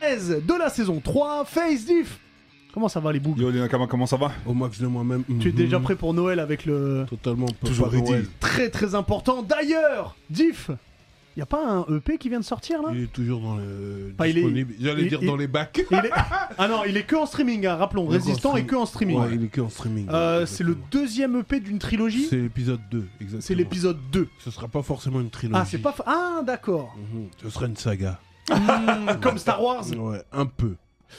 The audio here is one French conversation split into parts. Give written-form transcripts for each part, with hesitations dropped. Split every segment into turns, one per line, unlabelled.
13 de la saison 3, Face Diff. Comment ça va les bougs?
Yo les Nakama, comment ça va?
Au max de moi-même.
Tu es déjà prêt pour Noël avec le...
Totalement.
Toujours
Papa
ready.
Noël.
Très très important. D'ailleurs, Diff, y a pas un EP qui vient de sortir là?
Il est toujours dans le
Bah, il est-
disponible. J'allais
il-
dire
il-
dans les bacs.
Il est... Ah non, il est que en streaming, hein, rappelons.
Il est
Résistant
qu'en
est que en streaming.
Ouais, il est que en streaming.
C'est le deuxième EP d'une trilogie.
C'est l'épisode 2, exactement.
C'est l'épisode 2.
Ce sera pas forcément une trilogie.
Ah, c'est pas... Ah, d'accord.
Ce sera une saga.
Comme Star Wars.
Ouais, un peu.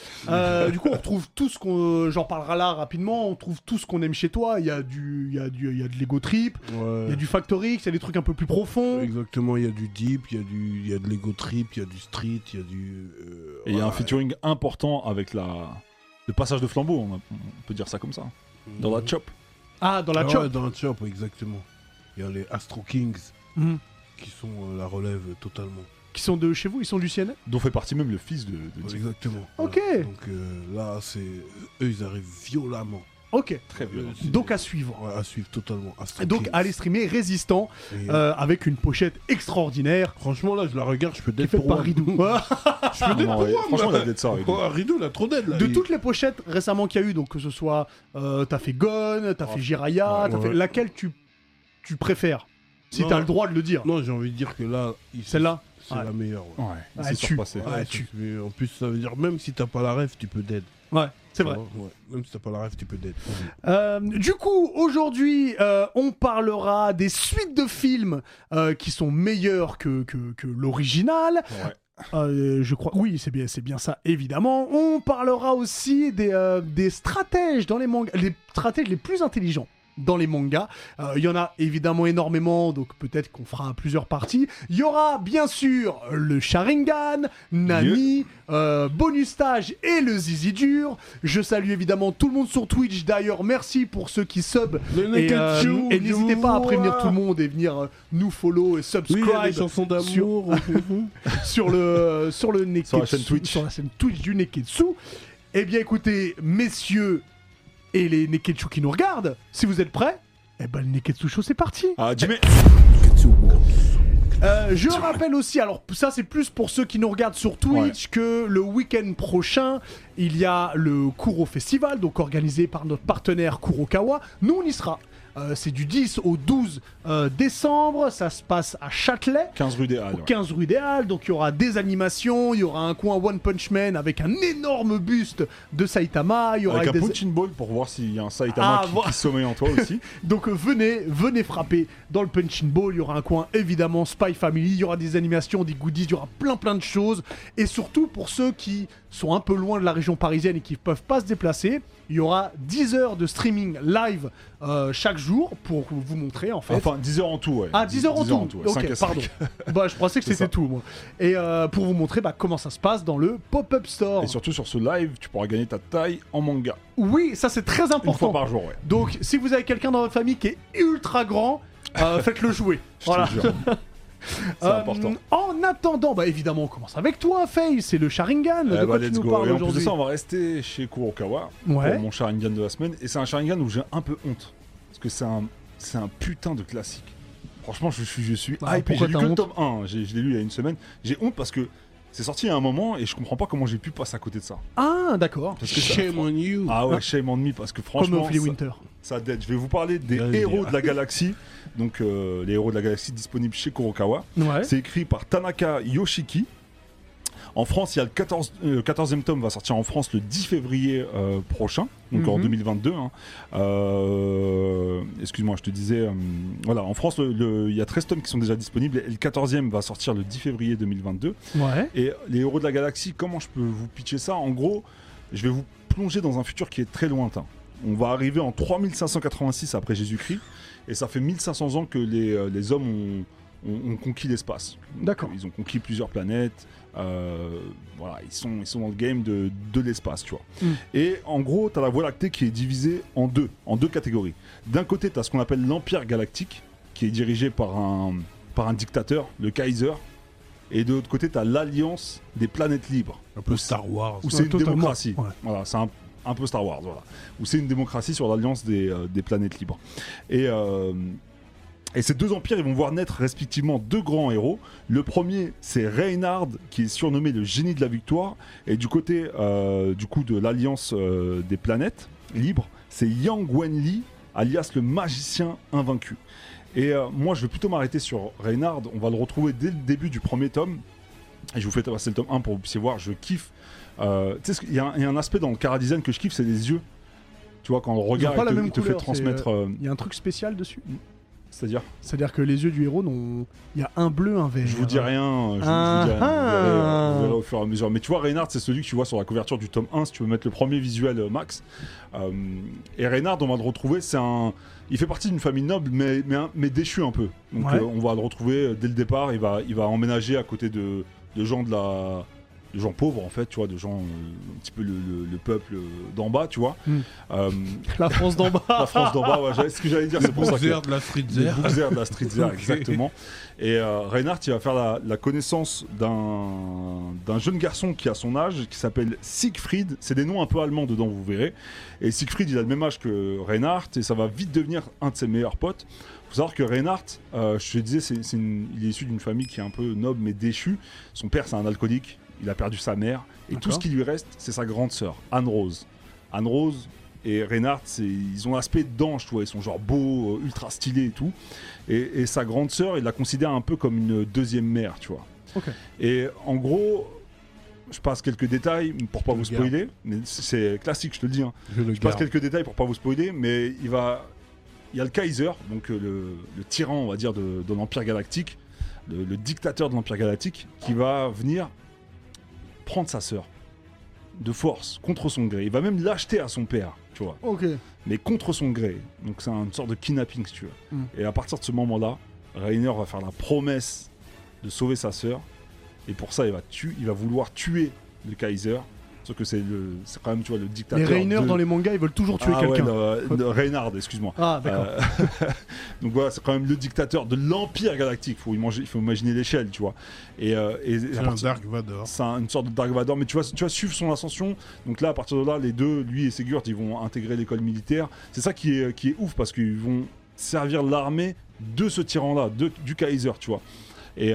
Du coup, on retrouve tout ce qu'on... J'en parlera là rapidement. On trouve tout ce qu'on aime chez toi. Il y a de l'Ego Trip.
Ouais.
Il y a du Factory. Il y a des trucs un peu plus profonds.
Exactement, il y a du deep, il y a de l'ego trip, il y a du street, il y a du...
Et il y a un
voilà.
featuring important avec le passage de flambeau, on peut dire ça comme ça. Dans la chop.
Ah, dans la
Ah
chop.
ouais, dans la chop, exactement. Il y a les Astro Kings
Mhm.
qui sont la relève totalement.
Qui sont de chez vous. Ils sont du Ciel.
Dont fait partie même le fils de Diff.
Exactement.
Ok.
Voilà. Donc là, c'est... Eux, ils arrivent violemment.
Ok.
Très violent.
Donc à suivre.
Ouais, à suivre totalement. Astro
Donc
Kings.
allez streamer Résistant
Et,
avec une pochette extraordinaire
franchement, là, je la regarde, je peux
qui
d'être
est faite
pour
par
One.
Ridou.
Je peux d'être
Non,
pour
ouais,
One,
franchement,
là.
il a d'être ça, Ridou.
Oh, Ridou, il a trop d'aide, là.
De
Il-
toutes les pochettes récemment qu'il y a eu, donc que ce soit t'as fait Gon, t'as fait Jiraya,
ouais,
t'as fait
ouais.
laquelle tu préfères, si
Non.
t'as le droit de le dire.
Non, j'ai envie de dire que là,
Celle-là.
c'est
Ouais.
la meilleure. Ouais.
Ouais, il
Ah,
s'est
tu-
surpassé.
Ouais,
Mais en plus, ça veut dire même si t'as pas la ref, tu peux d'aide.
Ouais, c'est vrai.
Ouais. Même si t'as pas la ref, tu peux d'aide.
Du coup, aujourd'hui, on parlera des suites de films qui sont meilleures que l'original.
Ouais.
Je crois, oui, c'est bien ça, évidemment. On parlera aussi des stratèges dans les mangas, les stratèges les plus intelligents dans les mangas. Il y en a évidemment énormément, donc peut-être qu'on fera plusieurs parties. Il y aura bien sûr le Sharingan, Nani, bonus stage et le Zizi dur. Je salue évidemment tout le monde sur Twitch. D'ailleurs, merci pour ceux qui sub. Et n'hésitez pas à prévenir tout le monde et venir nous follow et
Oui,
subscribe.
il y a des chansons d'amour.
sur le Neketsu,
Sur la chaîne Twitch.
sur la chaîne Twitch du Neketsu. Eh bien écoutez, messieurs et les Neketsu qui nous regardent, si vous êtes prêts, eh ben le Neketsu Show c'est parti.
Ah, Jimmy.
Je rappelle aussi, alors ça c'est plus pour ceux qui nous regardent sur Twitch, que le week-end prochain, il y a le Kuro Festival, donc organisé par notre partenaire Kurokawa. Nous on y sera. C'est du 10 au 12 décembre, ça se passe à Châtelet.
15 rue des Halles.
Au 15 rue des Halles, donc il y aura des animations, il y aura un coin One Punch Man avec un énorme buste de Saitama, il y aura
Avec un
des...
punching ball pour voir s'il y a un Saitama
Ah,
qui
voilà.
sommeille en toi aussi.
Donc venez frapper dans le punching ball, il y aura un coin évidemment Spy Family, il y aura des animations, des goodies, il y aura plein de choses. Et surtout pour ceux qui sont un peu loin de la région parisienne et qui peuvent pas se déplacer, il y aura 10 heures de streaming live chaque jour pour vous montrer en fait.
Enfin, 10 heures en tout, ouais.
Ah, 10 heures en tout,
ouais.
ok,
5 à 5.
pardon. Bah, je pensais que
C'est
c'était
ça.
tout, moi. Et pour vous montrer comment ça se passe dans le pop-up store.
Et surtout sur ce live, tu pourras gagner ta taille en manga.
Oui, ça c'est très
Une fois
important.
par jour, ouais.
Donc, si vous avez quelqu'un dans votre famille qui est ultra grand, faites-le jouer.
Je
Voilà.
te jure. C'est important.
En attendant, bah évidemment, on commence avec toi, Faye. C'est le Sharingan.
Eh
de quoi
bah,
tu
let's
nous
go.
parles
Et en plus de
aujourd'hui?
ça, on va rester chez Kurokawa
Ouais.
pour mon Sharingan de la semaine. Et c'est un Sharingan où j'ai un peu honte. Parce que c'est un putain de classique. Franchement, je suis
Bah,
hype. Et
pourquoi
j'ai lu
t'as
que le
honte
tome 1. Je l'ai lu il y a une semaine. J'ai honte parce que c'est sorti il y a un moment et je comprends pas comment j'ai pu passer à côté de ça.
Ah, d'accord.
Parce que ça-
Shame on you.
Ah ouais, shame on me parce que
Comme
franchement,
Ophélie Winter.
ça dead. Je vais vous parler des
Allez,
héros
bien.
de la galaxie. Donc les héros de la galaxie disponibles chez Kurokawa.
Ouais.
C'est écrit par Tanaka Yoshiki. En France, il y a le 14e tome va sortir en France le 10 février prochain, donc en
Mhm.
2022. Hein. Excuse-moi, je te disais, voilà, en France, il y a 13 tomes qui sont déjà disponibles et le 14e va sortir le 10 février 2022.
Ouais.
Et les héros de la galaxie, comment je peux vous pitcher ça? En gros, je vais vous plonger dans un futur qui est très lointain. On va arriver en 3586 après Jésus-Christ et ça fait 1500 ans que les hommes ont conquis l'espace. Donc,
D'accord.
Ils ont conquis plusieurs planètes. Voilà, ils sont dans le game de l'espace, tu vois.
Mm.
Et en gros, tu as la Voie lactée qui est divisée en deux catégories. D'un côté, tu as ce qu'on appelle l'Empire galactique, qui est dirigé par un dictateur, le Kaiser. Et de l'autre côté, tu as l'Alliance des planètes libres.
Un peu Star Wars.
Où c'est une
totalement.
démocratie.
Ouais.
Voilà, c'est un peu Star Wars, voilà. Où c'est une démocratie sur l'Alliance des planètes libres. Et Et ces deux empires, ils vont voir naître respectivement deux grands héros. Le premier, c'est Reynard, qui est surnommé le génie de la victoire. Et du côté du coup de l'Alliance des planètes libres, c'est Yang Wenli, alias le magicien invaincu. Et moi, je vais plutôt m'arrêter sur Reynard. On va le retrouver dès le début du premier tome. Et je vous fais passer le tome 1 pour que vous puissiez voir. Je kiffe. Tu sais, il y a un aspect dans le chara-design que je kiffe, c'est les yeux. Tu vois, quand le regard il te fait transmettre...
Il y a un truc spécial dessus.
C'est-à-dire
que les yeux du héros, il y a un bleu, un vert.
Je vous dis rien, je vous dis rien. Vous verrez au fur et à mesure. Mais tu vois, Reynard, c'est celui que tu vois sur la couverture du tome 1, si tu veux mettre le premier visuel max. Et Reynard, on va le retrouver, il fait partie d'une famille noble, mais déchu un peu. Donc on va le retrouver dès le départ, il va emménager à côté de gens de gens pauvres en fait, tu vois, de gens un petit peu le peuple d'en bas, tu vois.
La France d'en bas.
La France d'en bas, ouais, ce que j'allais dire, c'est pour ça que...
de la Streetzer.
De la Streetzer, okay. Exactement. Et Reynard, il va faire la connaissance d'un jeune garçon qui a son âge, qui s'appelle Siegfried. C'est des noms un peu allemands dedans, vous verrez. Et Siegfried, il a le même âge que Reynard, et ça va vite devenir un de ses meilleurs potes. Faut savoir que Reynard, je te disais, il est issu d'une famille qui est un peu noble mais déchue. Son père, c'est un alcoolique. Il a perdu sa mère. Et tout ce qui lui reste, c'est sa grande sœur, Anne-Rose. Anne-Rose et Reynard, ils ont l'aspect d'ange, tu vois. Ils sont genre beaux, ultra stylés et tout. Et sa grande sœur, il la considère un peu comme une deuxième mère, tu vois.
Okay.
Et en gros, je passe quelques détails pour pas vous spoiler. Mais c'est classique, je te le dis. Hein. Je passe quelques détails pour pas vous spoiler. Mais il y a le Kaiser, donc le tyran, on va dire, de l'Empire Galactique. Le dictateur de l'Empire Galactique, qui va venir prendre sa sœur de force contre son gré. Il va même l'acheter à son père, tu vois. Mais contre son gré. Donc c'est une sorte de kidnapping, si tu veux. Et à partir de ce moment-là, Rainer va faire la promesse de sauver sa sœur. Et pour ça, il va vouloir tuer le Kaiser. Sauf que c'est quand même, tu vois, le dictateur.
Les Rainer dans les mangas, ils veulent toujours tuer quelqu'un.
Reynard, excuse-moi.
Ah, d'accord.
Donc voilà, c'est quand même le dictateur de l'Empire Galactique. Il faut imaginer l'échelle, tu vois.
C'est un Dark Vador.
C'est une sorte de Dark Vador. Mais tu vas suivre son ascension. Donc là, à partir de là, les deux, lui et Sigurd, ils vont intégrer l'école militaire. C'est ça qui est ouf, parce qu'ils vont servir l'armée de ce tyran-là, du Kaiser, tu vois. Et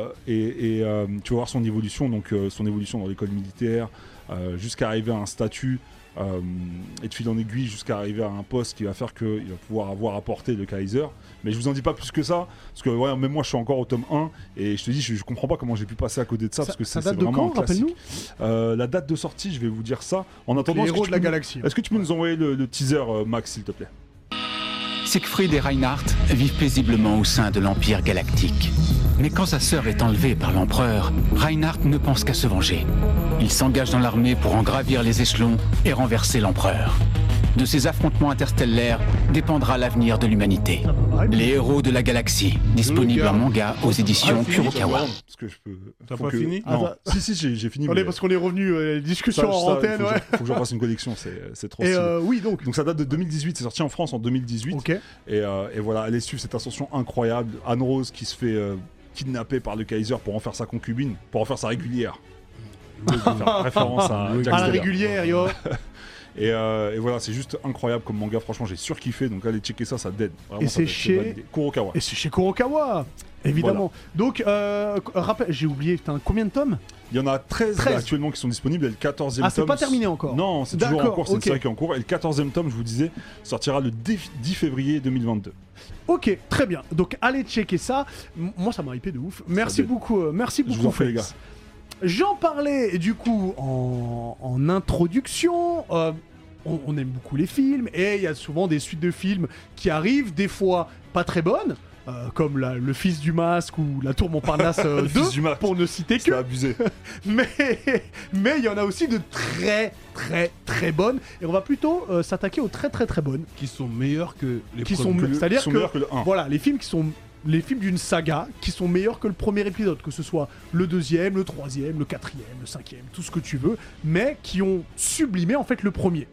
tu vas voir son évolution, donc son évolution dans l'école militaire, jusqu'à arriver à un statut, et de fil en aiguille jusqu'à arriver à un poste qui va faire qu'il va pouvoir avoir à porter le Kaiser. Mais je vous en dis pas plus que ça, parce que ouais, même moi je suis encore au tome 1, et je te dis, je comprends pas comment j'ai pu passer à côté de ça, parce que c'est vraiment un classique. La date de sortie, je vais vous dire ça. En attendant,
les héros de la galaxie.
Est-ce que tu peux nous envoyer le teaser, Max, s'il te plaît?
Siegfried et Reinhardt vivent paisiblement au sein de l'Empire Galactique. Mais quand sa sœur est enlevée par l'Empereur, Reinhardt ne pense qu'à se venger. Il s'engage dans l'armée pour en gravir les échelons et renverser l'Empereur. De ces affrontements interstellaires dépendra l'avenir de l'humanité. Les héros de la galaxie, disponibles en manga aux éditions Kurokawa.
Parce que je peux...
T'as pas fini?
Non. Si, j'ai fini.
Attendez, parce qu'on est revenu discussion en antenne.
Faut que j'en fasse une collection, c'est trop stylé.
Oui, donc
ça date de 2018, c'est sorti en France en 2018.
Okay.
Et voilà, allez suivre cette ascension incroyable. Anne-Rose qui se fait kidnapper par le Kaiser pour en faire sa concubine, pour en faire sa régulière. Faire référence à Jack
la régulière, yo.
Et voilà, c'est juste incroyable comme manga, franchement j'ai surkiffé, donc allez checker ça dead. Vraiment,
et c'est chez
Kurokawa.
Et c'est chez Kurokawa, évidemment. Voilà. Donc, rappel, j'ai oublié, combien de tomes?
Il y en a 13 actuellement qui sont disponibles, et le 14e tome...
Ah, c'est pas terminé encore?
Non, c'est toujours en cours, c'est une série qui est en cours, et le 14e tome, je vous disais, sortira le 10 février 2022.
Ok, très bien, donc allez checker ça, moi ça m'a hypé de ouf, merci beaucoup,
Je vous en prie les gars.
J'en parlais du coup en introduction. On aime beaucoup les films et il y a souvent des suites de films qui arrivent, des fois pas très bonnes, comme Le Fils du Masque ou La Tour Montparnasse 2, pour ne citer que.
C'est abusé.
mais il y en a aussi de très très très bonnes et on va plutôt s'attaquer aux très très très bonnes.
Qui sont meilleures que les
premiers. C'est-à-dire
que le 1.
Voilà, les films d'une saga qui sont meilleurs que le premier épisode, que ce soit le deuxième, le troisième, le quatrième, le cinquième, tout ce que tu veux, mais qui ont sublimé en fait le premier.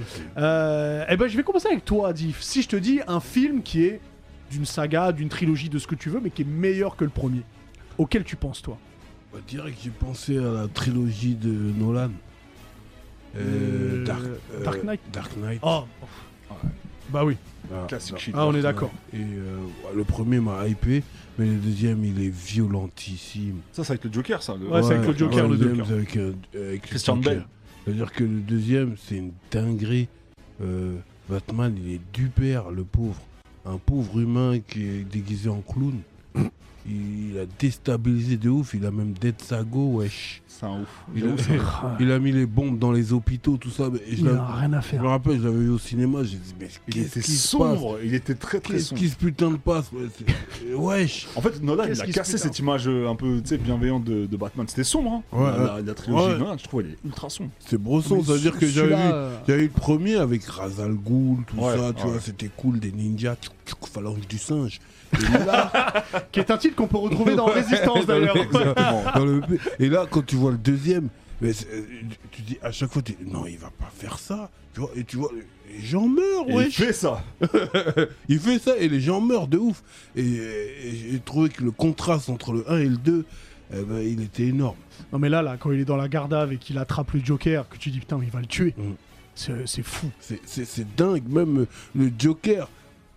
Et ben je vais commencer avec toi, Diff. Si je te dis un film qui est d'une saga, d'une trilogie, de ce que tu veux, mais qui est meilleur que le premier, auquel tu penses toi?
Direct, j'ai pensé à la trilogie de Nolan.
Dark Knight.
Dark Knight.
Oh. Bah oui.
Classique shit.
Ah, on est d'accord.
Et le premier m'a hypé, mais le deuxième, il est violentissime.
Ça, c'est avec le Joker, ça.
Ouais, c'est avec le Joker, le
deuxième,
Joker.
c'est avec
Christian
le Joker.
Bale.
C'est-à-dire que le deuxième, c'est une dinguerie. Batman, il est du père, le pauvre. Un pauvre humain qui est déguisé en clown. Il a déstabilisé de ouf, il a même dead sa go, wesh.
C'est un ouf.
Il a mis les bombes dans les hôpitaux, tout ça. Mais
Il a rien à
je me
faire.
rappelle, je l'avais vu au cinéma, j'ai dit, mais
Il
qu'est-ce
était
qui se passe?
sombre, il était très très
Qu'est-ce
sombre.
qui se putain de passe? Wesh.
En fait, Nolan, il
Qu'est-ce
a
qui se
cassé
putain
cette image un peu bienveillante de Batman. C'était sombre, hein.
Ouais,
La trilogie
ouais.
de Nolan, je trouve, elle est ultra sombre.
C'est brosson,
Mais
ça veut dire que
celui-là,
j'avais eu le premier avec Ra's al Ghul, tout
Ouais,
ça, tu
ouais.
vois, c'était cool, des ninjas, phalange du singe. Et là,
qui est un titre qu'on peut retrouver dans
Ouais,
Résistance
dans le-
d'ailleurs.
Exactement.
dans le- et là, quand tu vois le deuxième, mais tu dis à chaque fois, non, il va pas faire ça. Tu vois, et tu vois, les gens meurent,
Et il
wesh.
fait ça.
Il fait ça et les gens meurent de ouf. Et j'ai trouvé que le contraste entre le 1 et le 2, il était énorme.
Non mais là, quand il est dans la Gardave et qu'il attrape le Joker, que tu dis putain, il va le tuer.
Mm.
C'est fou.
C'est dingue, même le Joker,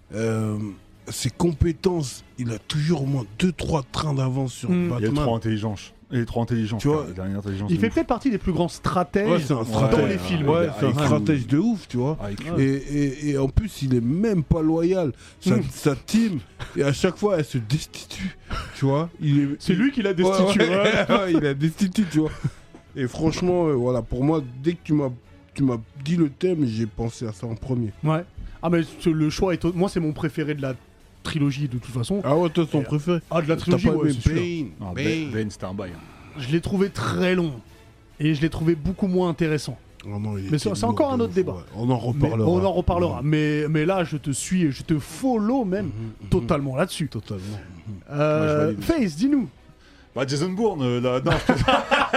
ses compétences, il a toujours au moins 2-3 trains d'avance sur
Mm.
Il est trop
Batman.
intelligent. Il est trop intelligent.
Tu vois,
il a une intelligence.
Il
de
fait
ouf.
peut-être partie des plus grands stratèges
Ouais, c'est un
dans
stratège.
les films.
Ouais,
il
c'est un
a-
stratège de ouf, tu vois.
Avec
Et en plus, il est même pas loyal. Sa team, et à chaque fois, elle se destitue. Tu vois,
C'est lui qui l'a destitué.
Ouais,
ouais.
ouais, il a destitué, tu vois. Et franchement, voilà, pour moi, dès que tu m'as dit le thème, j'ai pensé à ça en premier.
Ouais. Ah mais le choix est... Moi c'est mon préféré de la trilogie de toute façon.
Ah ouais, toi, ton
Et,
préféré.
Ah de la
T'as
trilogie,
pas
ouais,
aimé
c'est sûr.
Bane.
Ah,
Bane.
Bane, c'était un bail.
Je l'ai trouvé très long. Et je l'ai trouvé beaucoup moins intéressant.
Oh non, il
Mais
était
c'est encore
lourd
un
de
autre
ouf,
débat.
ouais. On en
Mais
reparlera.
on en reparlera. Mais là, je te suis et je te follow même totalement là-dessus.
Totalement.
je valide.
Face, dis-nous.
Bah, Jason Bourne, là, non, je plaisante.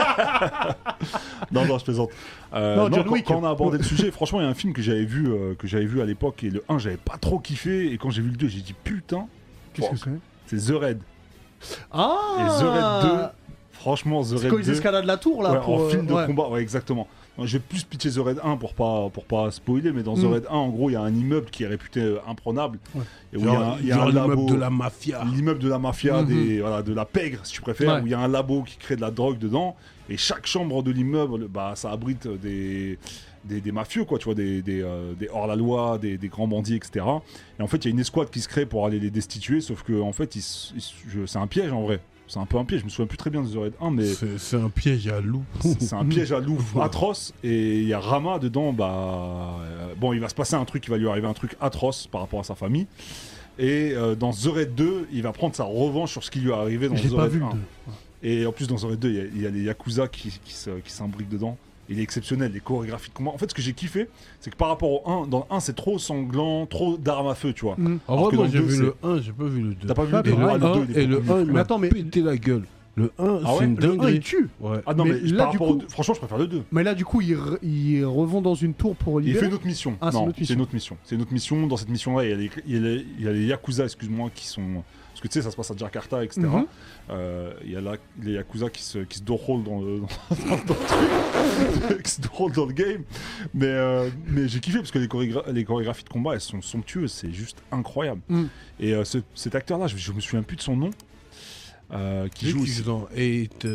non, je plaisante.
Non, John Wick.
Quand on a abordé le sujet, franchement, il y a un film que j'avais vu à l'époque, et le 1, j'avais pas trop kiffé, et quand j'ai vu le 2, j'ai dit putain,
Qu'est-ce que c'est
c'est The Raid.
Ah
Et The Raid 2, franchement, The
C'est
Raid
quand ils
2,
escaladent la tour là
ouais,
pour,
en film de
ouais.
combat, ouais, exactement. Je vais plus pitcher The Raid 1 pour pas spoiler, mais dans The
Mm.
Raid 1, en gros, il y a un immeuble qui est réputé imprenable.
Ouais.
Et où il y a un
l'immeuble
labo.
de la mafia.
L'immeuble de la mafia,
Mhm.
voilà, de la pègre, si tu préfères,
Ouais.
où il y a un labo qui crée de la drogue dedans, et chaque chambre de l'immeuble, bah, ça abrite des mafieux, quoi, tu vois, des hors-la-loi, des grands bandits, etc. Et en fait, il y a une escouade qui se crée pour aller les destituer, sauf que, en fait, c'est un piège, en vrai. C'est un peu un piège, je me souviens plus très bien de The Raid 1, mais
C'est un piège à loup.
c'est un piège à loup atroce, et il y a Rama dedans, bah... bon, il va se passer un truc, il va lui arriver un truc atroce par rapport à sa famille. Et dans The Raid 2, il va prendre sa revanche sur ce qui lui est arrivé dans
Je l'ai
The
pas
Raid
vu.
1. Et en plus, dans The Raid 2, il y a les Yakuza qui s'imbriquent dedans. Il est exceptionnel, les chorégraphies de combat. En fait, ce que j'ai kiffé, c'est que par rapport au 1, dans le 1, c'est trop sanglant, trop d'armes à feu, tu vois.
Mm.
En
Alors
vrai,
que
moi
dans
j'ai
le
vu
deux,
le 1, j'ai pas vu le 2.
T'as pas vu
Ah,
le 2?
mais
Ah,
le 1,
le 2, il est
et le
beaucoup
1,
mieux.
il
Mais
m'a
attends, mais-
pété la gueule. Le 1,
Ah ouais
c'est une
Le 1 il
dinguerie.
tue.
Ouais.
Ah non, mais,
Mais là,
par
du
rapport
coup-
au 2, franchement, je préfère le 2.
Mais là, du coup, ils revont dans une tour pour
Il
libérer.
fait une autre mission.
Ah, c'est
non,
une autre
c'est
mission.
une autre mission. C'est une autre mission. Dans cette mission-là, il y a les Yakuza, excuse-moi, qui sont... Parce que tu sais, ça se passe à Jakarta, etc.
Mhm.
Il y a les Yakuza qui se dorolent dans le truc, qui se dorolent dans le game. Mais j'ai kiffé parce que les chorégraphies de combat, elles sont somptueuses. C'est juste incroyable.
Mm.
Et cet acteur-là, je me souviens plus de son nom. Qui joue aussi.
dans 8...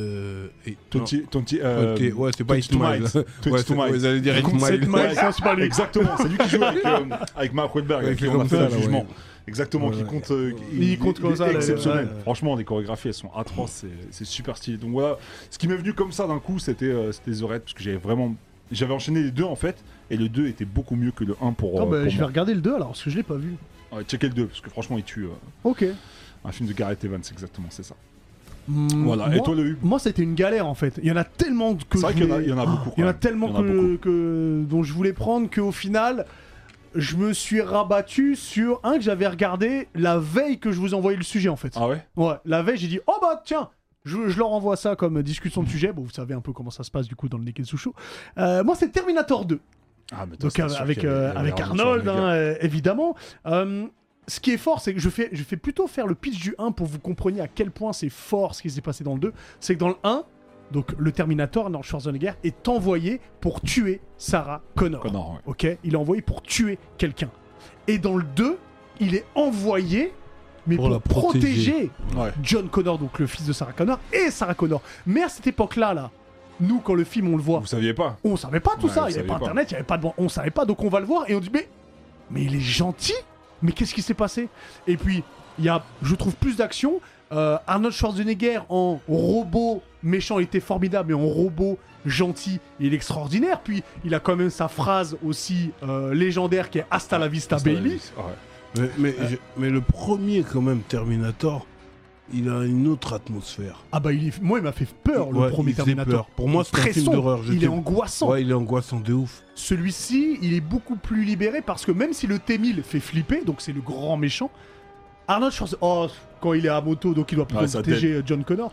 ouais, c'est pas 8 Miles. Ouais, vous allez dire 8
7
Miles.
miles, ça, c'est pas lui.
Exactement, c'est lui qui joue avec Mark Wahlberg, avec qui on a fait le jugement. Exactement,
Ouais,
qui
ouais.
compte.
Il compte comme ça,
est
là,
exceptionnel.
ouais.
Franchement, les chorégraphies, elles sont atroces, c'est super stylé. Donc voilà, ce qui m'est venu comme ça d'un coup, c'était The Raid, parce que j'avais enchaîné les deux en fait, et le 2 était beaucoup mieux que le 1 pour,
Ah, bah,
pour
je vais
moi.
regarder le 2 alors, parce que je l'ai pas vu.
Ouais, checker le 2, parce que franchement, il tue.
Ok.
Un film de Gareth Evans, exactement, c'est ça.
Mm,
Voilà,
moi,
et toi, le Hub?
Moi, c'était une galère en fait. Il y en a tellement que.
C'est vrai
je
qu'il y en a-
voulais-
il y en a beaucoup,
Il y en a
quand même.
tellement
Il y en a beaucoup.
dont je voulais prendre qu'au final, je me suis rabattu sur un que j'avais regardé la veille que je vous envoyais le sujet en fait.
Ah ouais?
Ouais, la veille, j'ai dit oh bah tiens. Je leur envoie ça comme discussion de sujet. Bon, vous savez un peu comment ça se passe du coup dans le Neketsu Show. Moi, c'est Terminator 2.
Ah, mais toi,
Donc
c'était sûr
avec,
qu'il y avait
avec
Arnold
Arnold,
Schwarzenegger.
évidemment. Ce qui est fort, c'est que je fais plutôt faire le pitch du 1 pour que vous compreniez à quel point c'est fort ce qui s'est passé dans le 2. C'est que dans le 1, donc le Terminator, Arnold Schwarzenegger, est envoyé pour tuer Sarah Connor.
Connor, ouais.
Ok, il est envoyé pour tuer quelqu'un. Et dans le 2, il est envoyé, mais
Pour
pour
la protéger.
Ouais.
John Connor, donc le fils de Sarah Connor, et Sarah Connor. Mais à cette époque-là, nous, quand le film, on le voit,
Vous saviez pas?
on savait pas tout
Ouais,
ça.
vous
Il n'y avait
saviez
pas
pas.
Internet, il n'y avait pas de... On savait pas, donc on va le voir et on dit, mais il est gentil. Mais qu'est-ce qui s'est passé? Et puis, il y a, je trouve, plus d'action. Arnold Schwarzenegger en robot méchant était formidable, mais en robot gentil, il est extraordinaire. Puis, il a quand même sa phrase aussi légendaire qui est Hasta la vista, baby.
Ouais.
Mais le premier, quand même, Terminator, il a une autre atmosphère.
Ah bah, moi, il m'a fait peur, le
Ouais,
premier
il faisait
Terminator.
peur. Pour moi, c'est un
Très
film
sombre,
d'horreur.
il est angoissant.
Ouais, il est angoissant de ouf.
Celui-ci, il est beaucoup plus libéré parce que même si le T-1000 fait flipper, donc c'est le grand méchant, Arnold Schwarzenegger, quand il est à moto, donc il doit
Ouais, ça
protéger John Connor,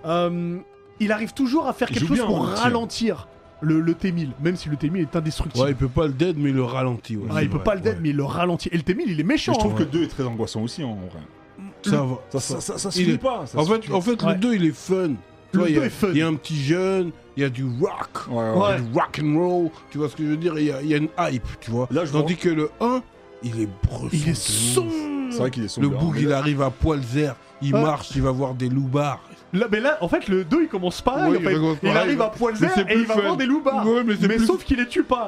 il arrive toujours à faire
Il
quelque
joue
chose
bien,
pour
hein,
ralentir le T-1000, même si le T-1000 est indestructible.
Ouais, il peut pas le dead, mais il le ralentit. Ouais,
Ah,
c'est
il peut
vrai,
pas le dead,
ouais.
mais il le ralentit. Et le T-1000, il est méchant.
Mais je trouve
hein.
que le 2 est très angoissant aussi en vrai.
Ça va.
Ça se
Il
finit
est-
pas. ça
En
se
fait,
tue.
le 2, il est fun. Tu vois, il y a-
2 est fun.
Il y a un petit jeune, il y a du rock.
Ouais, ouais.
Il y
Ouais.
a du rock and roll, tu vois ce que je veux dire, il y a une hype, tu vois.
Là, je
Tandis que le 1, il est bref.
Il est sombre.
C'est vrai qu'il est sombre.
Le
hein,
boug,
mais
il
là-
arrive à poil zère, il
Ouais.
marche, il va voir des loupards.
Là, mais là, en fait, le 2, il commence pareil.
Ouais,
en fait.
il commence
Il
pareil,
arrive à
mais-
poil
mais
vert
c'est
et
plus
il va
fun.
voir des loupards.
Ouais, mais c'est plus-
sauf qu'il les tue pas.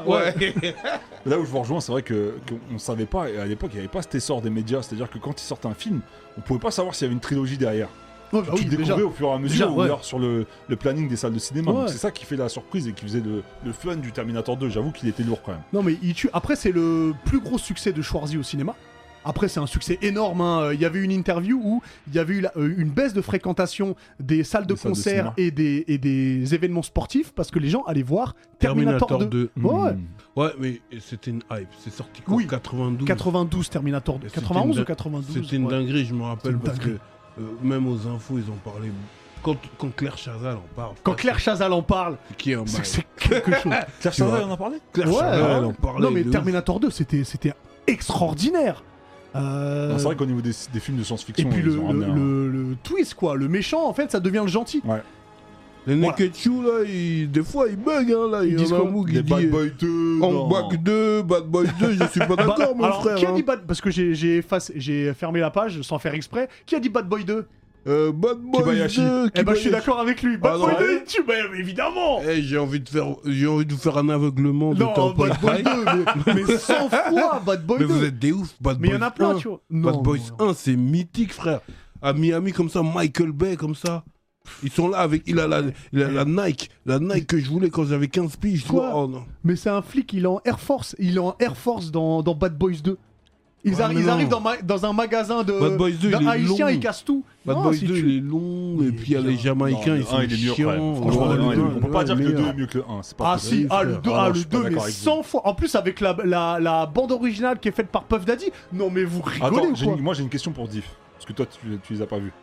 Là où je vous rejoins, c'est vrai qu'on savait pas, et à l'époque, il n'y avait pas cet essor des médias. C'est-à-dire que quand ils sortent un film, on pouvait pas savoir s'il y avait une trilogie derrière.
Ouais, bah
Tu
oui,
le
déjà.
découvrais au fur et à mesure,
Déjà,
ou
ouais.
alors sur le planning des salles de cinéma.
Ouais.
Donc c'est ça qui fait la surprise et qui faisait le fun du Terminator 2. J'avoue qu'il était lourd quand même.
Non, mais il tue. Après, c'est le plus gros succès de Schwarzy au cinéma. Après, c'est un succès énorme. Hein. Il y avait une interview où il y avait eu une baisse de fréquentation des salles de
Des salles de
concert
cinéma.
et des événements sportifs parce que les gens allaient voir Terminator 2. Ouais.
Mmh.
Ouais, mais c'était une hype. C'est sorti quoi,
Oui.
92.
92 Terminator 2.
C'était
91
une
ou 92
C'était une
ouais.
dinguerie, je me rappelle,
C'est une
parce
dinguerie.
que même aux infos, ils en parlaient. Quand Claire Chazal en parle.
Quand Claire Chazal en parle,
Qui est un
c'est
bail.
que c'est quelque chose.
Claire
Tu vois.
Chazal, on en a parlé
Claire
Ouais,
Chazal,
ouais.
elle en parlait.
Non, mais
de ouf.
Terminator 2, c'était extraordinaire.
Non, c'est vrai qu'au niveau des films de
Et
science-fiction,
puis
ils ont ramené un-
le twist, quoi. Le méchant, en fait, ça devient le gentil.
Ouais.
Les
Voilà.
Neketsu, là, des fois, ils bug, hein, là.
Ils
Il y
disent
en a un
quoi
mot qui
Des
dit...
Bad Boy 2.
En
non.
Back 2, Bad Boy 2, je suis pas d'accord,
Bah,
mon
alors,
frère.
qui a
hein.
dit Bad... Parce que j'ai fermé la page sans faire exprès. Qui a dit Bad Boy 2?
Bad Boy
Kibayashi.
2,
Eh ben, je suis
Kibayashi.
d'accord avec lui. Bad
Ah,
Boy
non,
2,
ouais.
il tue, bah, évidemment.
Eh, j'ai envie de vous faire un aveuglement de
Non,
Temple
Bad Boy
High.
2, mais 100 fois Bad Boy
Mais
2.
vous êtes des ouf, Bad
Mais il
Boys
y en a plein,
1.
tu vois.
Bad
Non,
Boys
non.
1, c'est mythique, frère. À Miami, comme ça, Michael Bay, comme ça. Ils sont là avec. Il a la Nike. La Nike que je voulais quand j'avais 15 piges. tu
Quoi
vois. Oh non.
Mais c'est un flic, il est en Air Force. Il est en Air Force dans Bad Boys 2. Ils,
Ouais,
ils
mais
arrivent
non.
dans un magasin de
Bad Boys 2,
d'un
il est
haïtien,
long.
ils cassent tout.
Bad
Non,
Boys
si
2,
tu-
il est long.
Il
Et
est
puis il y a
bien.
les Jamaïcains,
Non,
ils
le
sont
1, il est mieux quand
chiants.
même. Franchement,
Ouais,
le 1, il est mieux.
ouais,
On peut pas
ouais,
dire que le 2
meilleur.
est mieux que le 1. C'est pas
Ah
possible.
si,
frère.
le 2,
Ah non, je
le
suis pas
2 mais
d'accord avec vous.
100 fois. En plus avec la bande originale qui est faite par Puff Daddy. Non mais vous rigolez
Attends,
ou quoi
moi j'ai une question pour Diff. Parce que toi, tu les as pas vus.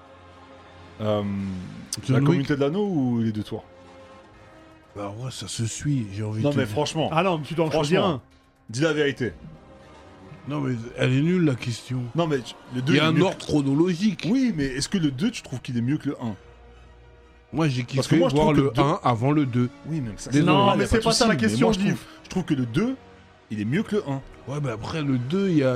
La
John Wick.
communauté de l'anneau ou les deux tours?
Bah ouais, ça se suit, j'ai envie
Non,
de
mais
te dire.
franchement,
Ah non, tu dois en choisir
Franchement.
un.
dis la vérité.
Non, mais elle est nulle la question.
Non, mais le 2
Il y a
est
un
mieux
ordre chronologique.
que- Oui, mais est-ce que le 2, tu trouves qu'il est mieux que le 1?
Moi j'ai
Parce que
kiffé
moi, je
voir
trouve
le
que le
1 avant le 2.
Oui, mais ça
Désolé.
Non,
normal,
mais
y a
c'est
de
pas ça
souci,
la
mais
question,
moi, je
Diff.
trouve que le 2, il est mieux que le 1.
Ouais, mais après le 2, il y a.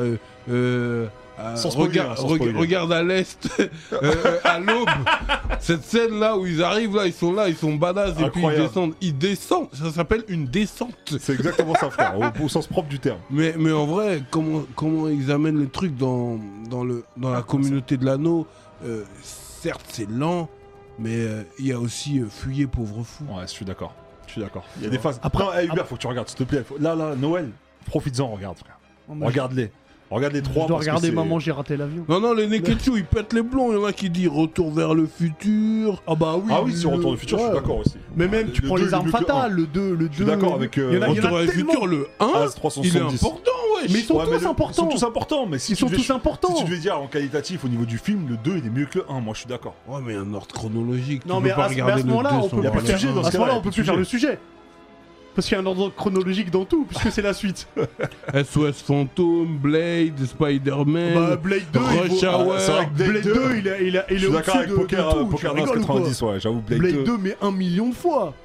Sans spoiler, hein, sans spoiler.
Regarde à l'est, à l'aube. Cette scène là où ils arrivent, là, ils sont badass et puis
Incroyable.
ils descendent. Ils descendent, ça s'appelle une descente.
C'est exactement ça, frère, au sens propre du terme.
Mais en vrai, comment ils amènent les trucs dans la communauté de l'anneau, certes c'est lent, mais il y a aussi Fuyez pauvre fou.
Ouais, je suis d'accord. Il y a des phases.
Après-
non, Hubert, faut que tu regardes, s'il te plaît. Là, Noël, profites-en, regarde, frère.
Non, mais
Regarde-les. Regarde les
Je
trois.
dois
parce que
regarder
c'est-
Maman, j'ai raté l'avion.
Non, les Neketsu, ils pètent les plombs. Il y en a qui disent Retour vers le futur.
Ah bah oui.
Ah oui, sur Retour au futur, je suis
ouais.
d'accord aussi.
Mais même, tu
Le
prends
2,
les
il est
armes
mieux que le
fatales,
1.
le 2, le 2.
Je suis d'accord avec,
Il y en a
Retour vers le
tellement.
futur, le 1,
Ah,
il est
370.
important, wesh.
Mais ils sont
Ouais, mais
tous
Ils sont
importants.
tous importants, mais si
Ils
tu
sont
devais-
tous importants.
Si tu devais dire en qualitatif au niveau du film, le 2 il est mieux que le 1, moi je suis d'accord.
Ouais, mais un ordre chronologique.
Non,
tu
mais
peux pas
à ce
regarder le
moment-là,
2
on
sans
peut
y a
voir
plus de
le
sujet
1.
dans ce
À ce moment-là,
cas-là,
on peut plus faire le sujet. Parce qu'il y a un ordre chronologique dans tout, puisque c'est la suite.
SOS Fantôme, Blade, Spider-Man,
Bah, Blade 2,
Rush
il vaut-
Hour.
c'est vrai que
Blade 2, il est
Je suis d'accord
au-dessus
avec
de
Poker
tout.
Poker
Tu
Nas
rigoles ou quoi
90, ouais, j'avoue, Blade
Blade
2.
2, mais 1 million de fois.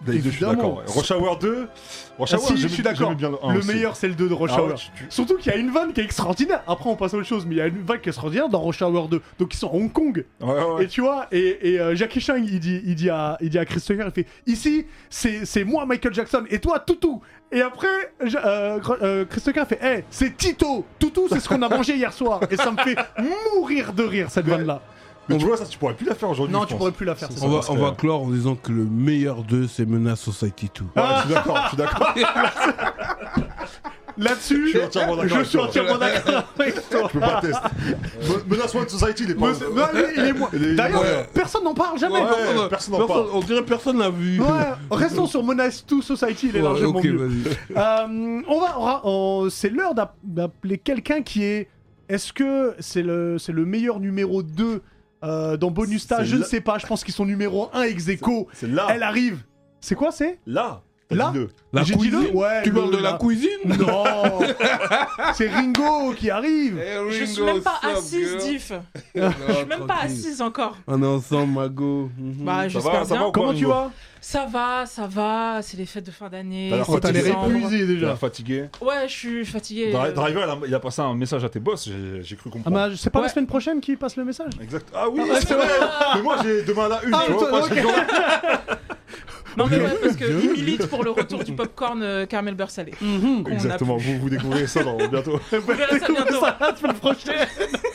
Les deux, je suis d'accord. Ouais. Rush Hour 2. Rush Hour,
Si, je suis d'accord.
j'aimais bien le 1
Le
aussi.
meilleur, c'est le 2 de Rush
Ah
Hour.
ouais,
Surtout qu'il y a une vanne qui est extraordinaire. Après, on passe à autre chose, mais il y a une vanne qui est extraordinaire dans Rush Hour 2. Donc, ils sont à Hong Kong.
Ouais.
Et tu vois, Jackie Chan, il dit à Chris Tucker, il fait ici, c'est moi Michael Jackson et toi Toutou. Et après, Chris Tucker fait hey, c'est Tito. Toutou, c'est ce qu'on a mangé hier soir. Et ça me fait mourir de rire cette vanne là.
Mais tu vois, ça, tu pourrais plus la faire aujourd'hui.
Non,
je
tu
pense.
pourrais plus la faire.
Ça,
On
ça
va clore en disant que le meilleur d'eux, c'est Menace Society 2.
Ouais, je suis d'accord.
Là-dessus,
Je suis entièrement d'accord
je
avec
suis
toi.
entièrement d'accord avec toi.
Je peux pas tester. Menace One Society, il est pas.
Non, il est moins. D'ailleurs,
Ouais.
personne n'en parle jamais.
Ouais, personne n'en parle.
On dirait personne l'a vu.
Ouais, restons sur Menace 2 Society, il est largement
ok,
mieux.
vas-y.
C'est l'heure d'appeler quelqu'un qui est. Est-ce que c'est le meilleur numéro 2 dans Bonus Stage? Je ne sais pas, je pense qu'ils sont numéro 1 ex aequo.
C'est là.
Elle arrive. C'est quoi, c'est
Là.
Là
Dis-le.
La
J'ai dit
cuisine.
le ouais,
Tu parles de
là.
la cuisine?
Non. C'est Ringo qui arrive.
Je suis même pas assise, Diff. Je suis même pas assise encore.
On est ensemble, Mago. Mhm.
Bah,
Ça
j'espère
va, ça
bien.
va ou
Comment
quoi,
tu
Ringo
vas?
Ça va. C'est les fêtes de fin d'année.
T'as l'air
Oh, t'as l'air
fatigué.
épuisé
T'as
déjà.
l'air fatigué.
Ouais, je suis fatigué.
Driver, il a passé un message à tes boss, j'ai cru
Ah
comprendre.
bah, c'est pas la
Ouais.
semaine prochaine qui passe le message?
Exact. Ah oui,
Ah,
c'est vrai. Mais moi, j'ai demain à la une.
Ah,
tu vois,
toi,
pas
ok.
ce jour-là.
Non, mais ouais, parce qu'il milite pour le retour du popcorn caramel beurre salé. Qu'on a
Exactement,
pu-
vous découvrez ça bientôt.
Vous verrez ça bientôt.
Ça la semaine prochaine.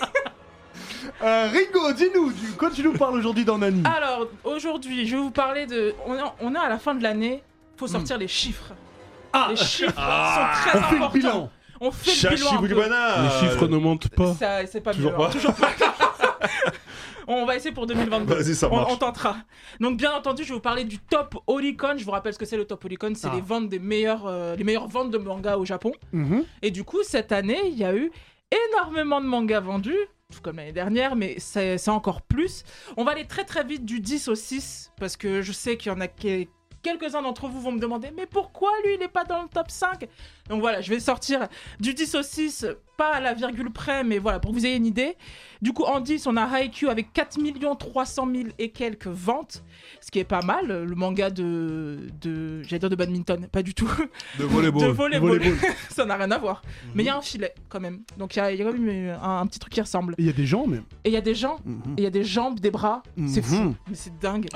Ringo, dis-nous, quoi tu nous parles aujourd'hui dans Nani?
Alors, aujourd'hui, je vais vous parler de. On est à la fin de l'année, faut sortir les chiffres.
Ah.
Les chiffres sont très
On fait le
importants.
bilan.
On fait le bilan.
Chachi
un peu.
Boulibana.
Les chiffres ne mentent pas.
Ça, c'est pas
Toujours
mieux,
pas.
hein, toujours pas. On va essayer pour 2022.
Vas-y, ça
On
marche.
tentera. Donc bien entendu, je vais vous parler du Top Oricon. Je vous rappelle ce que c'est le Top Oricon, c'est les ventes des meilleures ventes de manga au Japon.
Mhm.
Et du coup, cette année, il y a eu énormément de mangas vendus, tout comme l'année dernière, mais c'est encore plus. On va aller très très vite du 10 au 6, parce que je sais qu'il y en a quelques-uns d'entre vous vont me demander mais pourquoi lui il n'est pas dans le top 5? Donc voilà, je vais sortir du 10 au 6, pas à la virgule près, mais voilà, pour que vous ayez une idée. Du coup, en 10, on a Haikyuu avec 4 300 000 et quelques ventes, ce qui est pas mal. Le manga j'allais dire de badminton, pas du tout.
De volleyball.
De volleyball. Ça n'a rien à voir. Mais il y a un filet quand même. Donc il y a quand même un petit truc qui ressemble.
Il y a des gens même.
Et il y a des gens, et il y a des jambes, des bras. C'est fou.
Mhm.
Mais c'est dingue.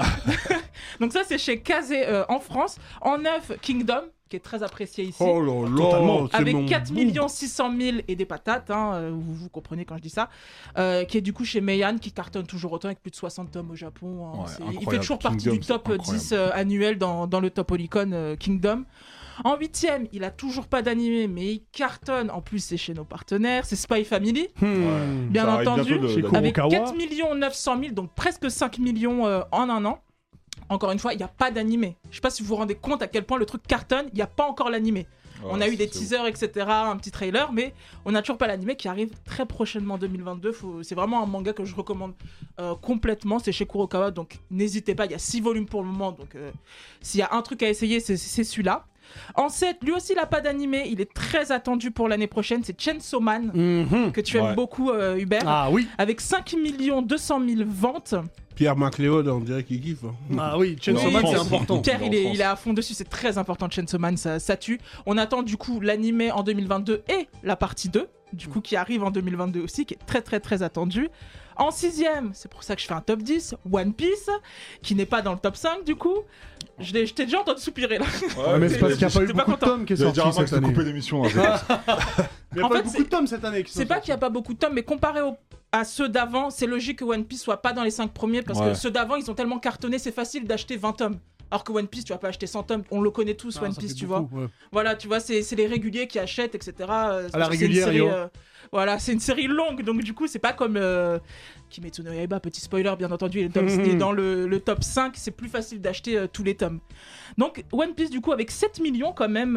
Donc ça, c'est chez Kazé en France. En 9, Kingdom, qui est très apprécié ici.
Oh là là,
Totalement.
c'est
Avec
mon
4
boom.
600 000 et des patates, hein, vous comprenez quand je dis ça, qui est du coup chez Meian, qui cartonne toujours autant avec plus de 60 tomes au Japon. Hein.
Ouais,
Il
incroyable.
fait toujours partie
Kingdom,
du top
c'est
10 annuel dans le Top Oricon Kingdom. En 8ème, il a toujours pas d'animé, mais il cartonne. En plus, c'est chez nos partenaires, c'est Spy Family, bien
Ça arrive
entendu,
bientôt
Chez
avec
Kurokawa.
4 900 000, donc presque 5 millions en un an. Encore une fois, il n'y a pas d'animé. Je sais pas si vous vous rendez compte à quel point le truc cartonne, il n'y a pas encore l'animé. On a eu des teasers, etc., un petit trailer, mais on n'a toujours pas l'animé qui arrive très prochainement en 2022. C'est vraiment un manga que je recommande complètement. C'est chez Kurokawa, donc n'hésitez pas. Il y a 6 volumes pour le moment, donc s'il y a un truc à essayer, c'est celui-là. En 7, lui aussi, il n'a pas d'animé. Il est très attendu pour l'année prochaine. C'est Chainsaw Man,
Mhm.
que tu aimes
Ouais.
beaucoup, Hubert.
Ah oui.
Avec 5 200 000 ventes.
Pierre McLeod, on dirait qu'il kiffe. hein.
Ah oui, Chainsaw
Oui,
Man,
France.
c'est important.
Pierre,
en
il
France.
est à fond dessus, c'est très important. Chainsaw Man, ça tue. On attend du coup l'animé en 2022 et la partie 2, du coup qui arrive en 2022 aussi, qui est très très très attendu. En 6ème, c'est pour ça que je fais un top 10, One Piece, qui n'est pas dans le top 5 du coup. Je t'ai déjà entendu soupirer là.
Ouais, mais c'est parce qu'il n'y a pas eu
J'étais pas
beaucoup de
content.
tomes qui est
J'allais
sorti
dire à Max
cette
de
année.
couper l'émission. hein,
Il n'y a
En
pas
fait,
eu beaucoup de tomes cette année. qui sont
C'est pas
sortis.
qu'il n'y a pas beaucoup de tomes, mais comparé à ceux d'avant, c'est logique que One Piece soit pas dans les 5 premiers parce que
Ouais.
ceux d'avant ils ont tellement cartonné, c'est facile d'acheter 20 tomes. Alors que One Piece, tu vas pas acheter 100 tomes, on le connaît tous,
Ah,
One
ça
Piece,
fait
tu
beaucoup,
vois.
ouais.
Voilà, tu vois, c'est les réguliers qui achètent, etc.
À la régulière,
c'est une série,
yo.
voilà, c'est une série longue, donc du coup, c'est pas comme Kimetsu no Yaiba, petit spoiler, bien entendu, il est dans le top 5, c'est plus facile d'acheter tous les tomes. Donc, One Piece, du coup, avec 7 millions quand même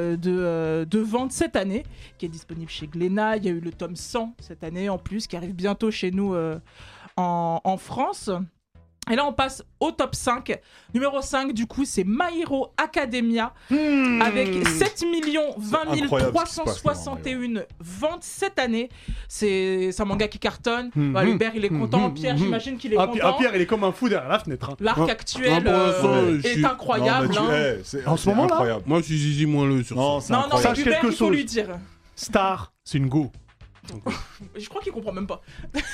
de ventes cette année, qui est disponible chez Glénat. Il y a eu le tome 100 cette année en plus, qui arrive bientôt chez nous en France. Et là, on passe au top 5. Numéro 5, du coup, c'est My Hero Academia, avec 7 20 361 ventes cette année. C'est un manga qui cartonne. Hubert, il est content. Pierre, j'imagine qu'il est content.
Pierre, il est comme un fou derrière la fenêtre. Hein.
L'arc actuel est incroyable.
En ce moment, là,
moi, je suis Zizi moins le sur ça.
Non, mais Hubert, il faut lui dire.
Star, c'est une go.
Je crois qu'il comprend même pas.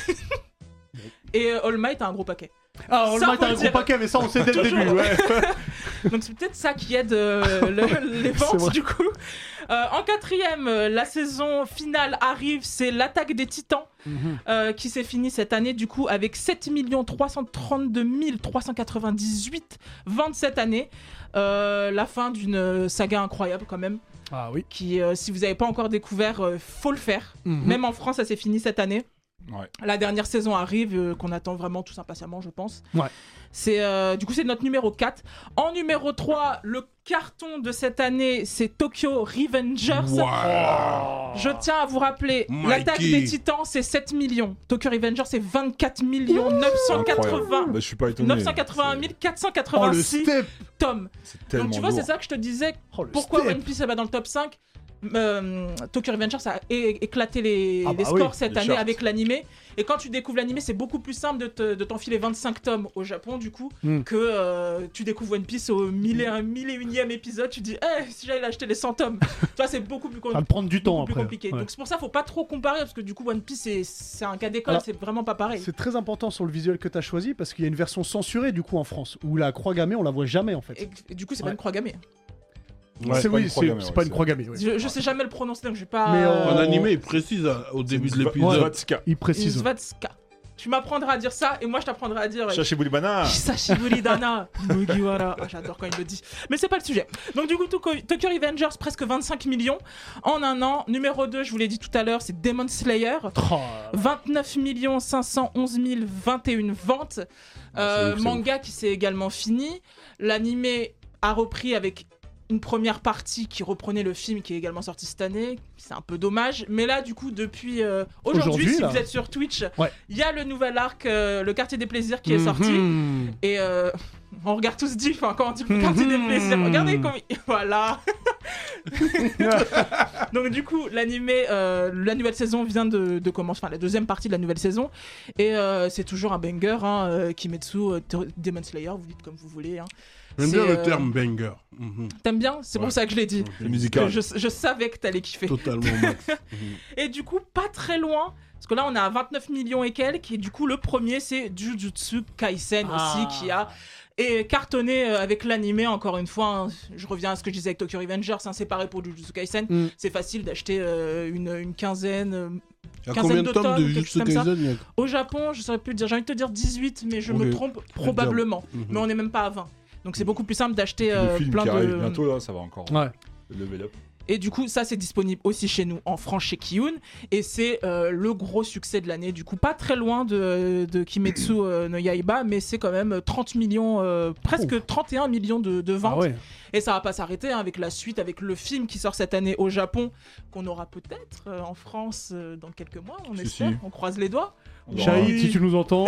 Et All Might a un gros paquet.
Ah, All Might a un gros paquet, mais ça on sait dès le début. Ouais.
Donc c'est peut-être ça qui aide les ventes du coup. En quatrième, la saison finale arrive, c'est l'attaque des Titans qui s'est finie cette année du coup avec 7 332 398 ventes cette année. La fin d'une saga incroyable quand même.
Ah oui.
Qui, si vous n'avez pas encore découvert, faut le faire. Même en France, ça s'est fini cette année.
Ouais.
La dernière saison arrive, qu'on attend vraiment tous impatiemment, je pense.
Ouais.
Du coup, c'est notre numéro 4. En numéro 3, le carton de cette année, c'est Tokyo Revengers.
Wow.
Je tiens à vous rappeler, l'attaque des Titans, c'est 7 millions. Tokyo Revengers, c'est 24 millions 980.
Je suis pas étonné.
981 486 tomes.
C'est tellement
Donc tu vois,
lourd.
c'est ça que je te disais. Pourquoi One Piece est dans le top 5 Tokyo Revengers a éclaté les scores cette année avec l'animé. Et quand tu découvres l'animé, c'est beaucoup plus simple de t'enfiler 25 tomes au Japon, du coup, que tu découvres One Piece au 1001e épisode. Tu dis, si j'allais acheter les 100 tomes. Tu vois, c'est beaucoup plus compliqué.
Ça va prendre du temps
plus
après.
Compliqué.
Ouais.
Donc c'est pour ça, faut pas trop comparer, parce que du coup, One Piece, c'est un cas d'école, c'est vraiment pas pareil.
C'est très important sur le visuel que tu as choisi, parce qu'il y a une version censurée du coup en France, où la croix gammée, on la voit jamais en fait.
Et du coup, c'est pas une croix gammée.
Ouais, c'est pas une croix gammée. Ouais.
Je sais jamais le prononcer, donc je vais pas.
Mais
en animé, il précise au début de l'épisode.
Il précise.
Svatska. Tu m'apprendras à dire ça et moi je t'apprendrai à dire
Shashiburi Bana.
Sashiburi Dana. Mugiwara. J'adore quand il le dit. Mais c'est pas le sujet. Donc du coup, Tokyo Revengers, presque 25 millions en un an. Numéro 2, je vous l'ai dit tout à l'heure, c'est Demon Slayer. 29 511 021 ventes. Manga qui s'est également fini. L'animé a repris avec une première partie qui reprenait le film qui est également sorti cette année. C'est un peu dommage. Mais là, du coup, depuis aujourd'hui, si vous êtes sur Twitch, il y a le nouvel arc, le Quartier des Plaisirs qui est sorti. Et on regarde tous Diff quand on dit le Quartier des Plaisirs. Regardez comment... Voilà. Donc du coup, l'animé, la nouvelle saison vient de commencer, enfin la deuxième partie de la nouvelle saison. Et c'est toujours un banger. Kimetsu, Demon Slayer, vous dites comme vous voulez.
J'aime bien le terme banger.
T'aimes bien ? C'est pour ça que je l'ai dit.
Le musical.
Je savais que t'allais kiffer.
Totalement max.
Et du coup, pas très loin, parce que là on a 29 millions et quelques, et du coup le premier c'est Jujutsu Kaisen aussi, qui a cartonné avec l'animé, encore une fois. Je reviens à ce que je disais avec Tokyo Revengers, c'est pareil pour Jujutsu Kaisen. C'est facile d'acheter une quinzaine...
Il y a combien de tomes de Jujutsu Kaisen ?
Au Japon, je saurais plus dire, j'ai envie de te dire 18, mais je me trompe probablement. Mais on n'est même pas à 20. Donc c'est beaucoup plus simple d'acheter plein de...
arrive bientôt là, ça va encore level up.
Et du coup, ça c'est disponible aussi chez nous en France chez Kiyun. Et c'est le gros succès de l'année. Du coup, pas très loin de Kimetsu no Yaiba, mais c'est quand même 30 millions, presque 31 millions de ventes. Ah ouais. Et ça va pas s'arrêter avec la suite, avec le film qui sort cette année au Japon, qu'on aura peut-être en France dans quelques mois, on espère. On croise les doigts.
Shahid, si tu nous entends.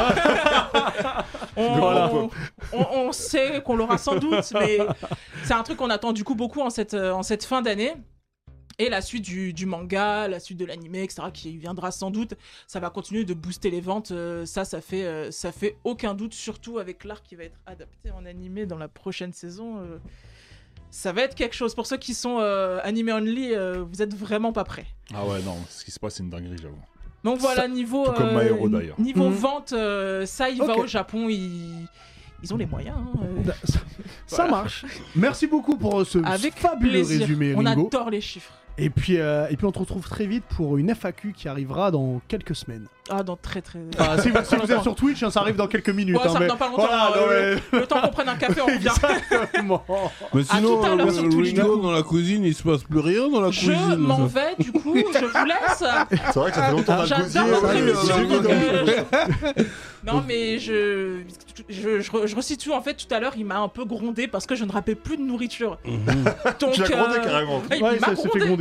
Voilà. On sait qu'on l'aura sans doute, mais c'est un truc qu'on attend du coup beaucoup en cette fin d'année. Et la suite du manga, la suite de l'animé, etc., qui viendra sans doute, ça va continuer de booster les ventes. Ça fait aucun doute, surtout avec l'arc qui va être adapté en animé dans la prochaine saison. Ça va être quelque chose. Pour ceux qui sont animé only, vous êtes vraiment pas prêts.
Ah ouais, non, ce qui se passe, c'est une dinguerie, j'avoue.
Donc voilà, niveau vente, ça il va au Japon, ils ont les moyens.
Ça marche. Merci beaucoup pour ce fabuleux résumé, Ringo.
On adore les chiffres.
Et puis on te retrouve très vite pour une FAQ qui arrivera dans quelques semaines.
Ah, dans très...
si vous êtes sur Twitch, ça arrive dans quelques minutes.
Ouais, ça arrive dans pas longtemps. Le temps qu'on prenne un café, on revient.
Exactement.
Mais sinon, Ringo, dans la cuisine, il se passe plus rien dans la cuisine.
Je m'en vais, du coup, je vous laisse.
C'est vrai que ça fait longtemps qu'on a
J'adore votre émission. Non, mais je resitue, en fait, tout à l'heure, il m'a un peu grondé parce que je ne rappelais plus de nourriture.
Donc, tu l'as grondé carrément.
Ouais, ça s'est fait gronder.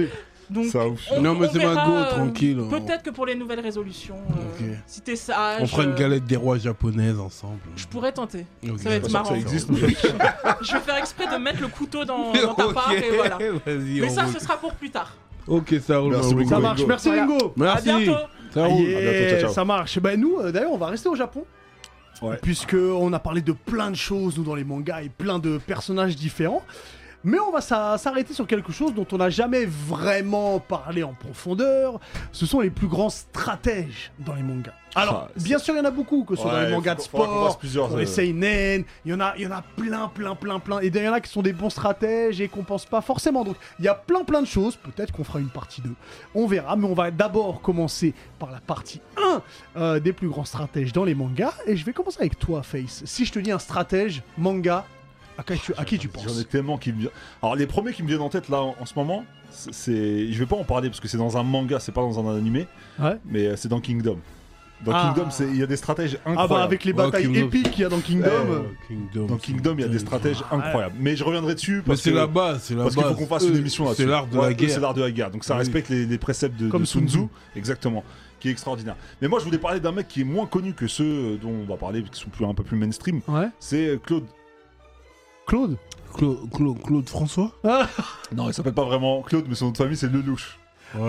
Donc,
Ça ouf.
Non, mais
on
c'est ma
verra,
go, tranquille.
Peut-être que pour les nouvelles résolutions,
Ok.
si t'es sage.
On fera une galette des rois japonaise ensemble.
Je pourrais tenter.
Ok.
Ça va être
Pas sûr que
marrant.
ça existe.
Je vais faire exprès de mettre le couteau dans ta part et voilà.
Vas-y,
Mais
on
ça,
roule.
ce sera pour plus tard.
Ok, ça roule.
Merci
ma
beaucoup.
Ça
Ringo.
marche, merci
Voilà.
Ringo.
Merci.
À bientôt.
Ça roule.
Yeah,
À bientôt, ciao, ciao.
ça marche. Bah nous, d'ailleurs, on va rester au Japon.
Ouais.
Puisque on a parlé de plein de choses, nous, dans les mangas, et plein de personnages différents. Mais on va s'arrêter sur quelque chose dont on n'a jamais vraiment parlé en profondeur. Ce sont les plus grands stratèges dans les mangas. Alors,
Ah,
bien sûr, il y en a beaucoup, que ce soit dans les mangas de
faudra qu'on fasse
sport,
plusieurs,
dans les seinen, il y en a plein. Et il y en a qui sont des bons stratèges et qu'on pense pas forcément. Donc, il y a plein de choses. Peut-être qu'on fera une partie 2. On verra. Mais on va d'abord commencer par la partie 1 des plus grands stratèges dans les mangas. Et je vais commencer avec toi, Face. Si je te dis un stratège manga, à qui tu penses?
J'en ai tellement qui me viennent. Alors les premiers qui me viennent en tête là en ce moment, je vais pas en parler parce que c'est dans un manga, c'est pas dans un animé,
Ouais.
mais c'est dans Kingdom. Dans
Ah.
Kingdom, il y a des stratèges incroyables.
Ah bah avec les batailles
Kingdom.
épiques qu'il y a dans Kingdom.
Dans Kingdom, il y a des stratèges incroyables. Mais je reviendrai dessus
Mais
parce
c'est
que
la base, c'est la
parce
base.
qu'il faut qu'on fasse une émission là-dessus.
C'est l'art de
Ouais,
la guerre.
C'est l'art de la guerre. Donc ça
Oui.
respecte les préceptes de
Comme
Sun
Sun Tzu.
Tzu, exactement, qui est extraordinaire. Mais moi, je voulais parler d'un mec qui est moins connu que ceux dont on va parler, qui sont un peu plus mainstream.
Ouais.
C'est Claude.
Claude.
Claude François.
Non, il s'appelle pas vraiment Claude, mais son nom de famille c'est Lelouch.
Ouais.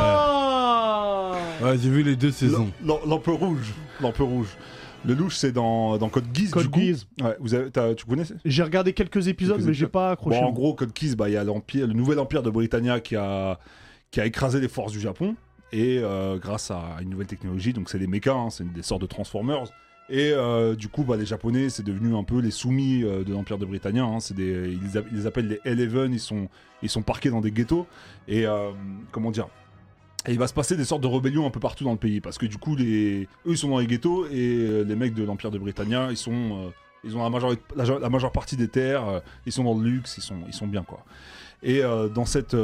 Ah
Ouais, j'ai vu les 2 saisons.
Lampe rouge. Lampe rouge. Lelouch, c'est dans Code Geass.
Code
du coup.
Geass.
Ouais, tu connais
J'ai regardé quelques épisodes, mais j'ai pas accroché.
Bon, en gros, Code Geass, il y a le nouvel empire de Britannia qui a écrasé les forces du Japon. Et grâce à une nouvelle technologie, donc c'est des mechas, hein, c'est des sortes de Transformers. Et du coup, les Japonais, c'est devenu un peu les soumis de l'empire de Britannia. Hein, ils les appellent les Eleven, ils sont parqués dans des ghettos. Et comment dire, et il va se passer des sortes de rébellions un peu partout dans le pays. Parce que du coup, eux, ils sont dans les ghettos. Et les mecs de l'empire de Britannia, ils ont la majeure partie des terres. Ils sont dans le luxe, ils sont bien, quoi. Et dans cette...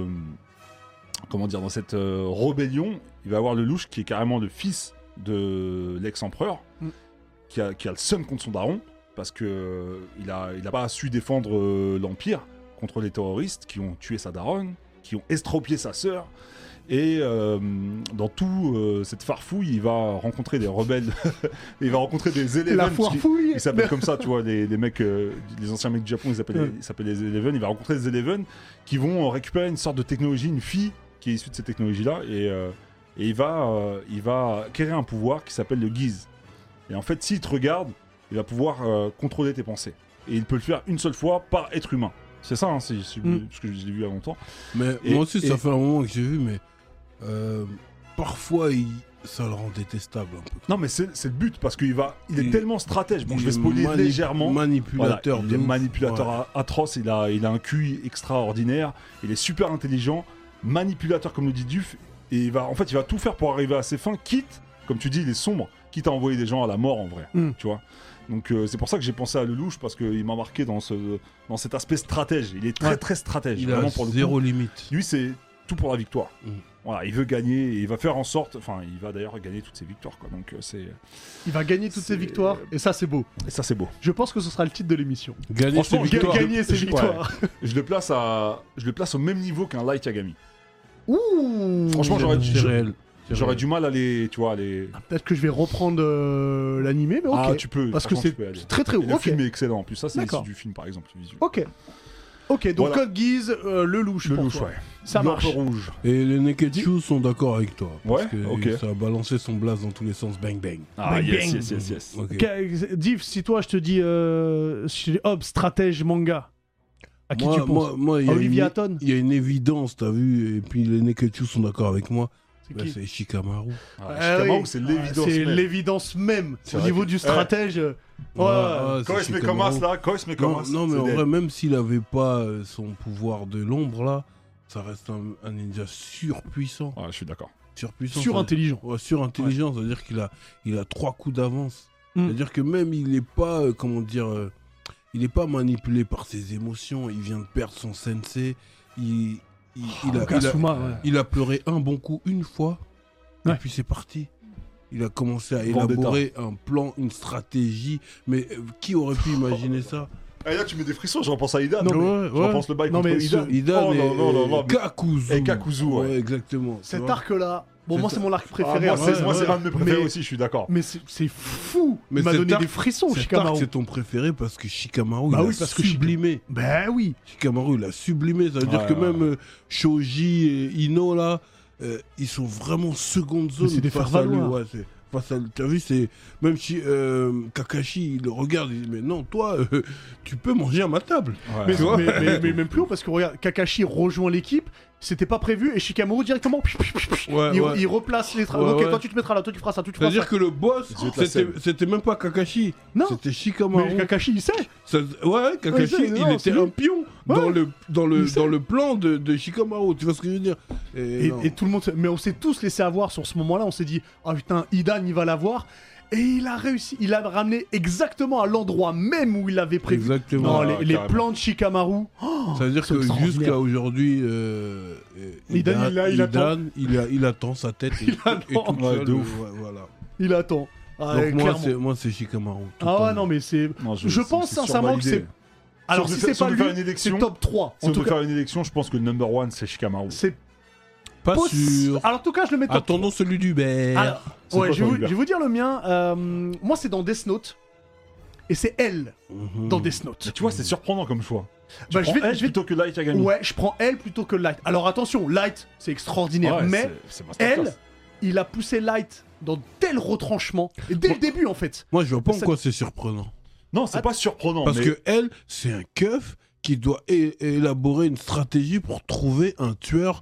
dans cette rébellion, il va y avoir Lelouch qui est carrément le fils de l'ex-empereur, qui a le seum contre son daron, parce que il a pas su défendre l'Empire contre les terroristes qui ont tué sa daronne, qui ont estropié sa sœur. Et dans tout cette farfouille, il va rencontrer des rebelles, il va rencontrer des Eleven.
La foirefouille.
Ils s'appellent comme ça, tu vois, les mecs, les anciens mecs du Japon, ils s'appellent les Eleven. Il va rencontrer des Eleven qui vont récupérer une sorte de technologie, une fille qui est issue de cette technologie-là, et il va acquérir un pouvoir qui s'appelle le Geass. Et en fait, s'il te regarde, il va pouvoir contrôler tes pensées. Et il peut le faire une seule fois par être humain. C'est ça, hein, parce que je l'ai vu il y a longtemps.
Mais moi aussi, ça fait un moment que j'ai vu, mais parfois, ça le rend détestable un peu.
Non, mais c'est le but, parce qu'il est tellement stratège. Bon, je vais spoiler légèrement.
Manipulateur.
Voilà, il est
de ouf.
manipulateur
Ouais.
atroce, il a un QI extraordinaire, il est super intelligent, manipulateur comme le dit Duf, et il va tout faire pour arriver à ses fins, quitte, comme tu dis, il est sombre, quitte à envoyer des gens à la mort en vrai, tu vois. Donc c'est pour ça que j'ai pensé à Lelouch, parce qu'il m'a marqué dans cet aspect stratège. Il est très stratège,
Il
vraiment
a
pour le
zéro
coup.
limite.
Lui, c'est tout pour la victoire.
Mm.
Voilà, il veut gagner, et il va faire en sorte, enfin, il va d'ailleurs gagner toutes ses victoires, quoi. Donc
Il va gagner toutes ses
C'est-
victoires, et ça c'est beau.
et ça c'est beau.
Je pense que ce sera le titre de l'émission.
Gagner ses
Franchement,
victoires.
Gagner ses
je-
victoires.
Je le place au même niveau qu'un Light Yagami.
Ouh.
Franchement,
C'est réel. C'est
J'aurais
réel.
du mal à les, tu vois, à les...
Peut-être que je vais reprendre l'animé, mais ok.
Ah, tu peux.
Parce que
franchement,
c'est
tu peux y aller.
très très haut.
Et le
Ok.
film est excellent. En plus, ça, c'est
D'accord.
issu du film, par exemple, visuel.
Ok. Ok, donc
Voilà.
Code Geass, Lelouch.
Le
pour
louche,
toi.
ouais.
Ça
Lampe
marche.
rouge.
Et les Neketsu sont d'accord avec toi. Parce
Ouais,
que
ok.
ça a balancé son blaze dans tous les sens. Bang bang.
Ah,
Bang,
yes,
bang.
yes.
Ok.
Div, si toi je te dis, hop, stratège manga, à qui tu penses
moi, il y a
Olivier
une-
Hatton.
Il y a une évidence, t'as vu, et puis les Neketsu sont d'accord avec moi.
C'est
Bah,
qui
c'est Shikamaru.
Ah
Shikamaru,
oui.
c'est l'évidence.
C'est
même.
l'évidence même.
C'est
Au
vrai
niveau
que-
du stratège. Ouais.
Ah,
Quand
c'est
il se met
Shikamaru.
comme as, là, quand il se met comme
Non,
as.
non, mais
c'est
en
dead.
vrai, même s'il avait pas son pouvoir de l'ombre là, ça reste un ninja surpuissant.
Ouais, je suis d'accord.
Surpuissant.
Surintelligent.
Ouais, surintelligent, c'est-à-dire qu'il a 3 coups d'avance.
Mm.
C'est-à-dire que même il n'est pas, il est pas manipulé par ses émotions. Il vient de perdre son sensei.
Kasuma, ouais.
Il a pleuré un bon coup une fois,
Ouais.
et puis c'est parti. Il a commencé à
Vendetta.
élaborer un plan, une stratégie. Mais qui aurait pu imaginer ça?
Et là, tu mets des frissons, je repense à Idan.
Non,
mais-
Je repense le bail
Non,
contre
mais
Idan.
Idan
Oh, non, mais-
Kakuzu.
Et Kakuzu, ouais.
exactement. tu
Cet
vois.
arc-là, bon,
C'est
moi,
ça.
c'est mon arc
Ah,
préféré.
moi,
hein.
c'est un de mes préférés
Mais-
aussi, je suis d'accord.
Mais c'est fou.
Mais
Il m'a
cet
donné
arc-
des frissons,
Cet arc,
Shikamaru.
c'est ton préféré parce que Shikamaru,
Bah
il
oui,
a
parce que
sublimé.
Ben oui.
Shikamaru, il a sublimé. Ça veut dire
Ouais,
que
ouais.
même Shoji et Ino, là, ils sont vraiment seconde zone.
c'est des
face à lui.
faire-valoir.
Ouais, t'as vu, c'est. Même si Kakashi, il le regarde, il dit mais non, toi, tu peux manger à ma table.
Ouais.
Mais,
Tu vois
mais même plus haut, parce que regarde, Kakashi rejoint l'équipe, c'était pas prévu, et Shikamaru directement,
Ouais,
il replace les
Ouais,
ok,
ouais.
toi tu te mettras là, toi tu feras ça, toi tu feras
C'est-à-dire
ça.
que le boss,
Je vais te la
c'était même pas Kakashi.
Non.
C'était
Mais
Shikamaru.
Kakashi il sait.
Ouais, Kakashi,
Ouais,
il
non, c'est
était
lui.
un pion dans
Ouais.
le
Il sait.
plan de Shikamaru. Tu vois ce que je veux dire non.
Et tout le monde, mais on s'est tous laissé avoir sur ce moment-là, on s'est dit, oh putain, Idan il va l'avoir. Et il a réussi, il a ramené exactement à l'endroit même où il l'avait prévu.
Exactement.
Non,
Ah,
les
carrément.
plans de Shikamaru. Oh,
Ça veut dire
c'est
que
extraordinaire.
jusqu'à aujourd'hui,
Idan,
il attend sa tête et,
Il
et
attend.
tout
Ouais,
seul,
de ouf.
ouais, voilà.
il attend. Ah,
Donc
clairement.
moi c'est Shikamaru. tout
Ah
le
ouais,
temps.
non, mais c'est.
Non,
Je pense
c'est
sincèrement que
survalidé.
c'est. Alors,
Si on
si
veut
c'est
faire-
pas
si on veut faire une
lui,
élection,
c'est top 3.
Si
En
on
tout
veut
cas,
faire une élection, je pense que le number one, c'est Shikamaru.
c'est
Pas
possi-
sûr.
Alors, en tout cas, je le mets top
Attendons celui d'Hubert.
Alors,
C'est
ouais,
quoi
je vais
ton
vous-
Hubert
je vais vous dire le mien. Moi, c'est dans Death Note. Et c'est elle
Mhm.
dans Death Note.
Mais tu vois, c'est surprenant comme choix.
Bah,
Tu prends elle plutôt que Light Yagami.
Ouais, je prends elle plutôt que Light. Alors attention, Light, c'est extraordinaire.
Ouais,
mais
c'est masterclass.
elle, il a poussé Light dans tel retranchement. Et dès le début, en fait.
Moi je vois pas en
Ça-
quoi c'est surprenant.
Non, c'est pas surprenant.
Parce
mais...
que elle, c'est un keuf qui doit élaborer une stratégie pour trouver un tueur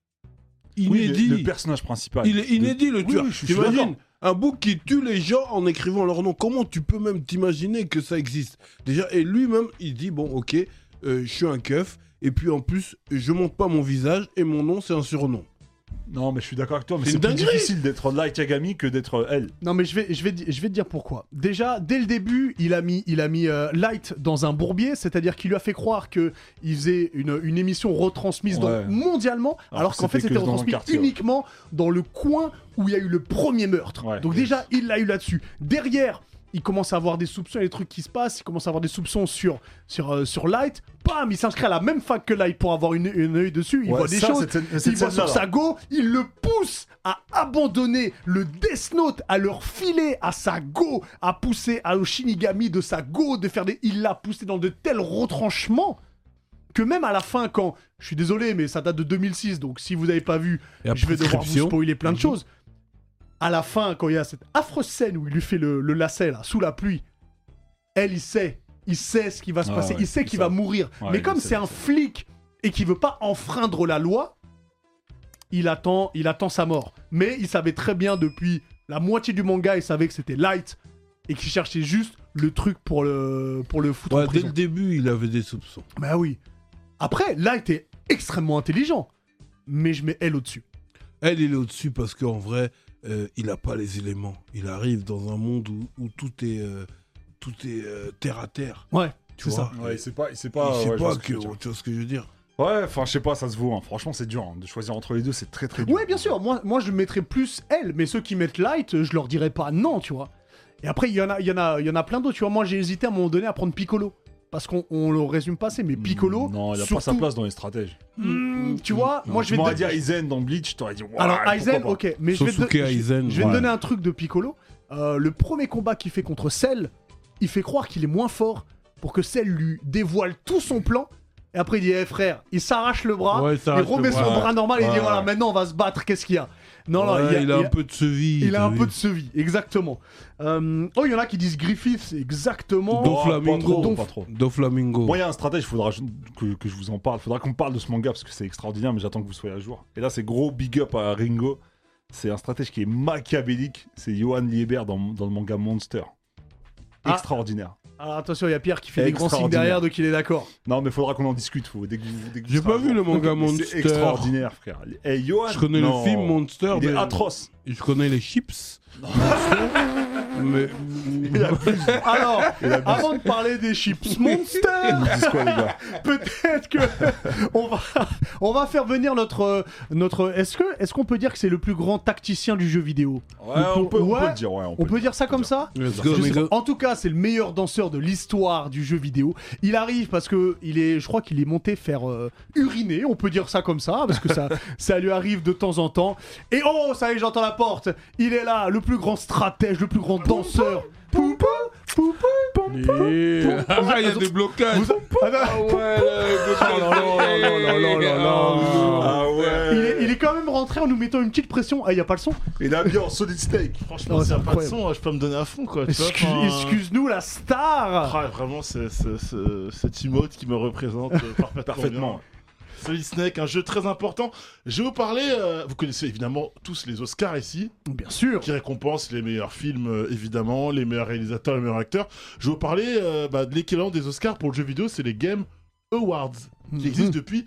Oui,
inédit.
le personnage principal.
Il est inédit le
Oui,
tueur.
oui, je suis
T'imagines
d'accord.
un bouc qui tue les gens en écrivant leur nom. Comment tu peux même t'imaginer que ça existe déjà? Et lui-même, il dit bon, ok, je suis un keuf. Et puis en plus, je monte pas mon visage et mon nom, c'est un surnom.
Non, mais je suis d'accord avec toi, mais
C'est
c'est
une
plus
dinguerie.
difficile d'être Light Yagami que d'être elle.
Non, mais je vais te dire pourquoi. Déjà, dès le début, il a mis Light dans un bourbier, c'est-à-dire qu'il lui a fait croire qu'il faisait une émission retransmise
Ouais.
mondialement, alors qu'en fait,
c'était
c'était
que dans un
retransmis
quartier, ouais.
uniquement dans le coin où il y a eu le premier meurtre.
Ouais.
Donc déjà, il l'a eu là-dessus. Derrière, il commence à avoir des soupçons, il y a des trucs qui se passent, il commence à avoir des soupçons sur Light. Bam, il s'inscrit à la même fac que Light pour avoir une œil dessus, il
Ouais,
voit des
ça,
choses,
cette
il
scène-là,
voit sur
là.
sa go, il le pousse à abandonner le Death Note, à leur filer à sa go, à pousser au Shinigami de sa go, de faire des... Il l'a poussé dans de tels retranchements que même à la fin, quand... Je suis désolé, mais ça date de 2006, donc si vous n'avez pas vu,
Et à
je vais devoir vous
prescription.
spoiler plein de
Mhm.
choses. À la fin, quand il y a cette affreuse scène où il lui fait le lacet, là, sous la pluie, elle, il sait ce qui va se
Ah
passer,
ouais,
il sait
c'est
qu'il
ça.
va mourir.
Ouais,
Mais
il
comme
sait,
c'est
il
un
sait.
flic et qu'il veut pas enfreindre la loi, il attend sa mort. Mais il savait très bien depuis la moitié du manga, il savait que c'était Light et qu'il cherchait juste le truc pour le foutre en
Ouais, dès
prison.
le début, il avait des soupçons.
Bah oui. Après, Light est extrêmement intelligent, mais je mets elle au-dessus.
Elle, il est au-dessus parce qu'en vrai, il n'a pas les éléments. Il arrive dans un monde où tout est terre à terre.
Ouais,
Tu
c'est
vois
ça.
Ouais, il sait pas.
Il sait
ouais, je
pas
vois ce
que,
tu veux dire.
tu vois ce que je veux dire.
Ouais, enfin, je sais pas, ça se vaut. Hein. Franchement, c'est dur. Hein. De choisir entre les deux, c'est très très dur.
Ouais, bien sûr. Moi, je mettrais plus elle, mais ceux qui mettent Light, je leur dirais pas non, tu vois. Et après, il y en a plein d'autres, tu vois. Moi, j'ai hésité à un moment donné à prendre Piccolo. Parce qu'on le résume pas assez, mais Piccolo.
Non, il a
surtout,
pas sa place dans les stratèges.
Tu vois, moi, je vais
Tu
te
m'aurais
dire.
dit Aizen dans Bleach, t'aurais dit. Ouais,
Alors,
pourquoi
Aizen,
pas.
ok. Mais je vais
Sosuke
te,
Aizen,
je vais te
ouais.
donner un truc de Piccolo. Le premier combat qu'il fait contre Cell, il fait croire qu'il est moins fort pour que Cell lui dévoile tout son plan. Et après, il dit, eh, frère, il s'arrache le bras,
Ouais, il
il
s'arrache
remet
le
son
bras.
bras normal et il dit,
Ouais,
voilà,
ouais.
maintenant on va se battre, qu'est-ce qu'il y a? Non, non,
Ouais, il a
il
un peu de cheville.
il a
t'as
un
vu.
peu de cheville, exactement. Oh, il y en a qui disent Griffith, c'est exactement.
Don
Oh,
Flamingo.
pas trop,
Don-
pas trop.
Doflamingo.
Moi, il y a un stratège, il faudra que je vous en parle. Il faudra qu'on parle de ce manga parce que c'est extraordinaire, mais j'attends que vous soyez à jour. Et là, c'est gros big up à Ringo. C'est un stratège qui est machiavélique. C'est Johan Liebert dans le manga Monster.
Ah.
Extraordinaire.
Alors attention, il y a Pierre qui fait des grands signes
Extraordinaire.
derrière, donc il est d'accord.
Non, mais il faudra qu'on en discute. Dès que vous
J'ai
serez
pas
à
vu
jour.
le manga
Mais
Monster.
C'est extraordinaire, frère. Johan,
Je connais
non.
le film Monster.
Il est
mais
atroce.
Je connais les chips. Mais...
Alors, avant de parler des chips Monster,
Ils disent quoi, les gars?
peut-être que on va faire venir notre est-ce qu'on peut dire que c'est le plus grand tacticien du jeu vidéo?
Ouais, on peut
Ouais.
le dire, ouais.
On peut dire ça comme ça?
Let's go,
Je sais
nigga.
pas. En tout cas, c'est le meilleur danseur de l'histoire du jeu vidéo. Il arrive parce que je crois qu'il est monté faire uriner, on peut dire ça comme ça, parce que ça lui arrive de temps en temps. Et oh, ça y est, j'entends la porte. Il est là, le plus grand stratège, le plus grand danseur. Poupou, poupou, poupou.
Yeah. Ah, il y a des blocages.
Ah, non.
Ouais,
Ah ouais.
Il est quand même rentré en nous mettant une petite pression. Ah, il y a pas le son?
Il est habillé en Solid Snake.
Franchement,
Oh,
s'il
c'est
n'y a pas de
incroyable.
son, je peux me donner à fond, quoi. Tu vois,
Excuse-nous, la star.
Ah, vraiment, c'est cet emote qui me représente
Parfaitement.
bien. Solid Snake, un jeu très important. Je vais vous parler, vous connaissez évidemment tous les Oscars ici,
Bien sûr.
qui récompensent les meilleurs films, évidemment, les meilleurs réalisateurs, les meilleurs acteurs. Je vais vous parler de l'équivalent des Oscars pour le jeu vidéo, c'est les Game Awards, qui existent depuis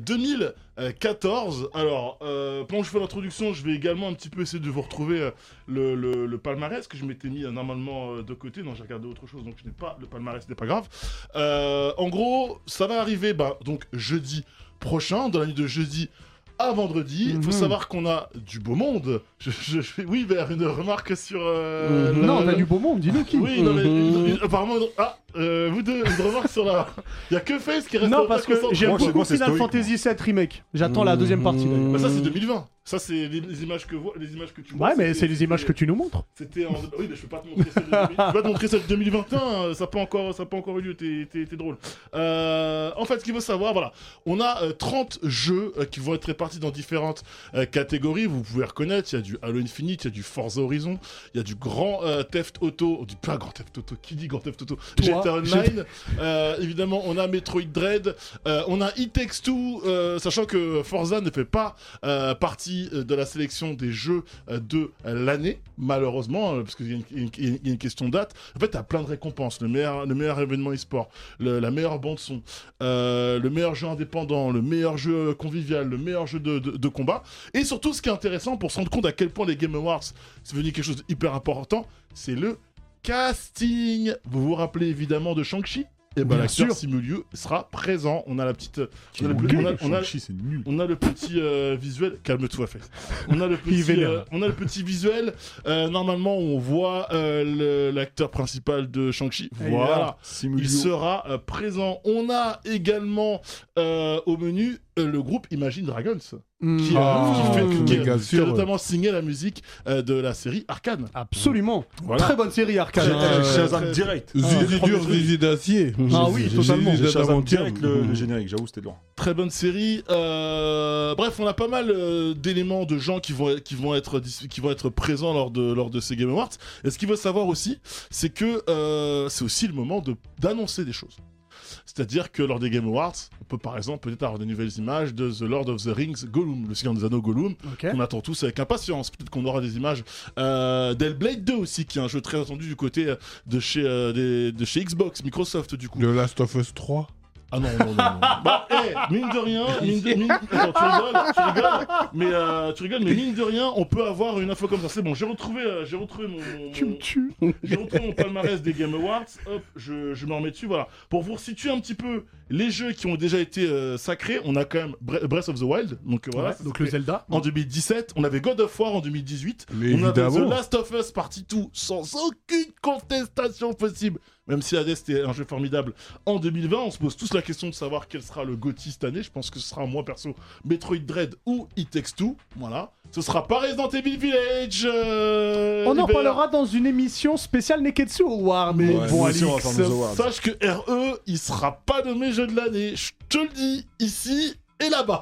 2014. Alors, pendant que je fais l'introduction, je vais également un petit peu essayer de vous retrouver le palmarès que je m'étais mis normalement de côté. Non, j'ai regardé autre chose, donc je n'ai pas le palmarès, ce n'est pas grave. En gros, ça va arriver donc jeudi prochain, dans la nuit de jeudi à vendredi. Il faut savoir qu'on a du beau monde. Je fais, oui, vers une remarque sur...
Non, on a du beau monde, dis-nous qui.
Oui, non, mais apparemment... Ah, vous deux, une remarque sur la... Il y a que Face qui reste...
Non, parce que j'aime
Moi, c'est-
beaucoup
moi, c'est
Final
stoïque,
Fantasy VII Remake. J'attends la deuxième partie d'ailleurs.
Bah ça, c'est 2020. Ça, c'est les images que tu vois.
Ouais, mais c'est les images que tu nous montres.
C'était en... Oui, mais je peux pas te montrer celle de 2000. Je peux pas te montrer celle de 2021. Ça n'a pas encore eu lieu. T'es drôle. En fait, ce qu'il faut savoir, voilà. On a 30 jeux qui vont être répartis dans différentes catégories. Vous pouvez reconnaître, il y a du Halo Infinite, il y a du Forza Horizon, il y a du Grand Theft Auto. Pas Grand Theft Auto. Qui dit Grand Theft Auto? GTA Online. Évidemment, on a Metroid Dread. On a It Takes Two, sachant que Forza ne fait pas partie de la sélection des jeux de l'année, malheureusement, parce qu'il y a une question de date. En fait, t'as plein de récompenses. Le meilleur événement e-sport, la meilleure bande-son, le meilleur jeu indépendant, le meilleur jeu convivial, le meilleur jeu de combat. Et surtout, ce qui est intéressant pour se rendre compte à quel point les Game Awards, c'est devenu quelque chose d'hyper important, c'est le casting. Vous vous rappelez évidemment de Shang-Chi? Et ben
Bien
l'acteur
sûr.
Simu Liu sera présent. On a la petite... on a le
Shang-Chi, c'est nul.
on a le petit visuel. Calme-toi, Face. On a le
Il vénère.
petit visuel. Normalement, on voit l'acteur principal de Shang-Chi.
Et
Voilà.
là,
Il sera présent. On a également au menu le groupe Imagine Dragons. Qui a notamment signé la musique de la série Arcane.
Absolument.
Voilà.
Très bonne série Arcane.
J'ai Shazam direct.
Zizi dur, Zizi d'acier.
Ah oui, totalement.
J'ai Shazam
d'aventure.
direct le générique, j'avoue, c'était loin.
Très bonne série. Bref, on a pas mal d'éléments de gens qui vont être présents lors de ces Game Awards. Et ce qu'il faut savoir aussi, c'est que c'est aussi le moment d'annoncer des choses. C'est-à-dire que lors des Game Awards, on peut par exemple peut-être avoir de nouvelles images de The Lord of the Rings Gollum, le Seigneur des Anneaux Gollum,
Ok.
qu'on attend tous avec impatience. Peut-être qu'on aura des images d'Hellblade 2 aussi, qui est un jeu très attendu du côté de chez Xbox, Microsoft du coup.
The Last of Us 3.
Ah non. Bah, mine de rien, attends, tu rigoles, mais mine de rien, on peut avoir une info comme ça. C'est bon, j'ai retrouvé
Tu me tues.
j'ai retrouvé mon palmarès des Game Awards. Hop, je me remets dessus, voilà. Pour vous situer un petit peu les jeux qui ont déjà été sacrés, on a quand même Breath of the Wild, donc voilà.
Ouais, donc le Zelda.
En 2017, on avait God of War en 2018,
Mais
on avait
évidemment.
The Last of Us Partie 2 sans aucune contestation possible, même si Hades était un jeu formidable en 2020. On se pose tous la question de savoir quel sera le GOTY cette année. Je pense que ce sera moi perso Metroid Dread ou It Takes Two, voilà. Ce sera pas Resident Evil Village.
On en
Hubert.
parlera dans une émission spéciale Neketsu Award, mon
Ouais,
bon
nous aussi, on va
Alix.
faire nos awards.
Sache que RE, il sera pas nommé jeu de l'année. Je te le dis, ici et là-bas.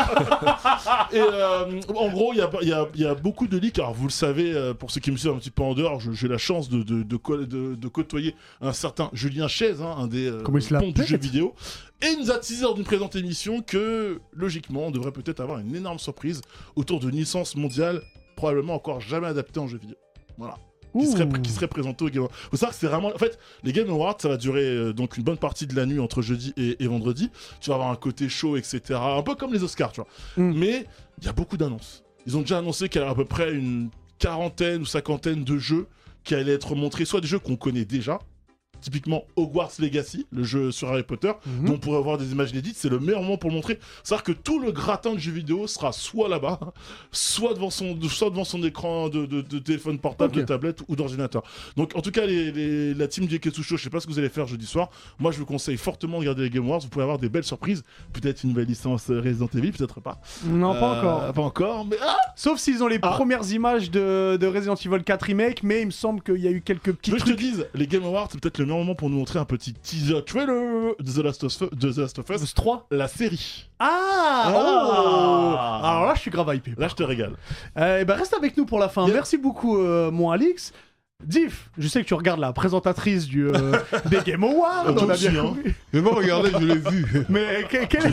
Et en gros, il y a beaucoup de leaks. Alors, vous le savez, pour ceux qui me suivent un petit peu en dehors, j'ai la chance de côtoyer un certain Julien Chaise, un des
Comment il se
ponts
l'appelle
du jeu vidéo. Et il nous a teasé lors d'une présente émission que, logiquement, on devrait peut-être avoir une énorme surprise autour d'une licence mondiale, probablement encore jamais adaptée en jeu vidéo. Voilà. Qui serait présenté au Game Awards. Faut savoir que c'est vraiment... En fait, les Game Awards, ça va durer donc une bonne partie de la nuit entre jeudi et vendredi. Tu vas avoir un côté show, etc. Un peu comme les Oscars, tu vois. Mais il y a beaucoup d'annonces. Ils ont déjà annoncé qu'il y a à peu près une quarantaine ou cinquantaine de jeux qui allaient être montrés, soit des jeux qu'on connaît déjà, typiquement Hogwarts Legacy, le jeu sur Harry Potter, dont on pourrait avoir des images inédites, c'est le meilleur moment pour le montrer. C'est-à-dire que tout le gratin de jeux vidéo sera soit là-bas, soit devant son écran de téléphone portable, de tablette ou d'ordinateur. Donc en tout cas, la team Geketsu Show, je sais pas ce que vous allez faire jeudi soir. Moi, je vous conseille fortement de regarder les Game Awards. Vous pouvez avoir des belles surprises. Peut-être une nouvelle licence Resident Evil, peut-être pas.
Non, pas encore.
Pas encore, mais
Sauf s'ils ont les premières images de Resident Evil 4 Remake, mais il me semble qu'il y a eu quelques petits
je te
trucs.
dise, les Game Awards, c'est peut-être le meilleur moment pour nous montrer un petit teaser trailer de The Last of Us
3.
la série.
Alors là, je suis grave hypé.
Là, je te régale.
Reste avec nous pour la fin.
Yeah.
Merci beaucoup, mon Alix. Diff, je sais que tu regardes la présentatrice des Game Awards. On a bien compris.
Mais bon, regardez, je l'ai vu.
Mais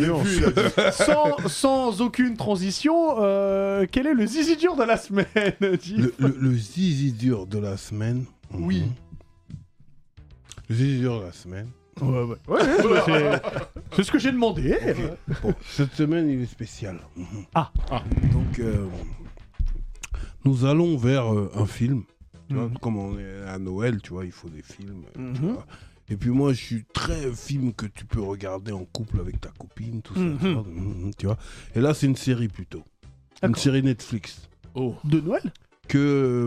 sans aucune transition, quel est le zizi dur de la semaine, Diff?
Le zizi dur de la semaine.
Oui.
Le zizi dur de la semaine.
Ouais, c'est ce que j'ai demandé.
Bon, cette semaine, il est spécial. Donc, nous allons vers un film. Tu vois, comme on est à Noël, tu vois, il faut des films. Tu vois. Et puis moi, je suis très film que tu peux regarder en couple avec ta copine, tout ça. Tu vois. Et là, c'est une série plutôt. Une série Netflix.
De Noël?
Que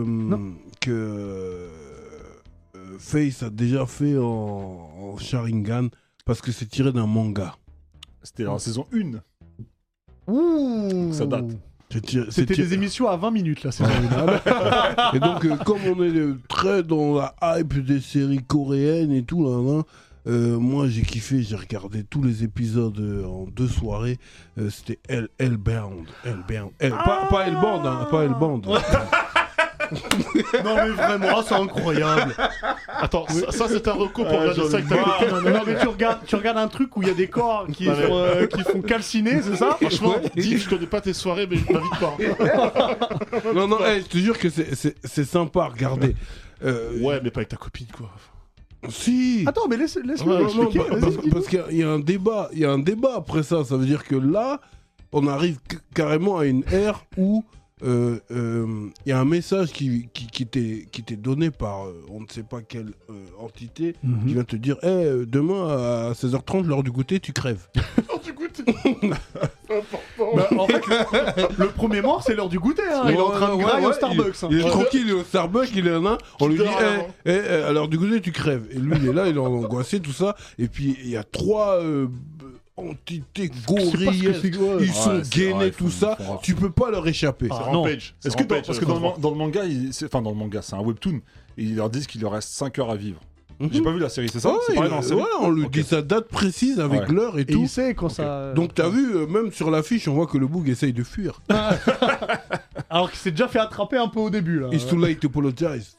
Face a déjà fait en Sharingan parce que c'est tiré d'un manga.
C'était en saison 1.
Ouh.
Ça date.
C'était des émissions à 20 minutes là, c'est
Et donc, comme on est très dans la hype des séries coréennes et tout, moi j'ai kiffé, j'ai regardé tous les épisodes en 2 soirées. C'était Hellbound. Pas Hellbound, pas Hellbound.
Non mais vraiment, c'est incroyable.
Attends, ça c'est un recours pour regarder ça avec ta copine.
Non mais tu regardes un truc où il y a des corps qui font calciner, c'est ça?
Franchement, dis, je connais pas tes soirées, mais je m'invite pas.
Non, je te jure que c'est sympa à regarder.
Ouais, mais pas avec ta copine, quoi.
Si.
Attends, mais laisse-moi expliquer.
Parce qu'il y a un débat. Il y a un débat après ça. Ça veut dire que là, on arrive carrément à une ère où il y a un message qui t'est donné par on ne sait pas quelle entité qui vient te dire demain à 16h30 l'heure du goûter tu crèves.
L'heure du goûter.
En fait le premier mort c'est l'heure du goûter hein. Il est en train de grailler au Starbucks.
Il est tranquille, il est au Starbucks, il est là, on lui dit à l'heure du goûter tu crèves. Et lui il est là, il est angoissé tout ça. Et puis il y a 3 entités gorilles, ils sont gainés, tout ça, tu peux pas leur échapper.
Rampage.
Est-ce que parce que dans le manga, dans le manga, c'est un webtoon, et ils leur disent qu'il leur reste 5 heures à vivre. J'ai pas vu la série, c'est ça? C'est pareil dans la série.
On lui dit sa date précise avec l'heure et tout.
Il sait quand ça.
Donc t'as vu, même sur l'affiche, on voit que le bug essaye de fuir.
Alors qu'il s'est déjà fait attraper un peu au début là.
It's too late to apologize.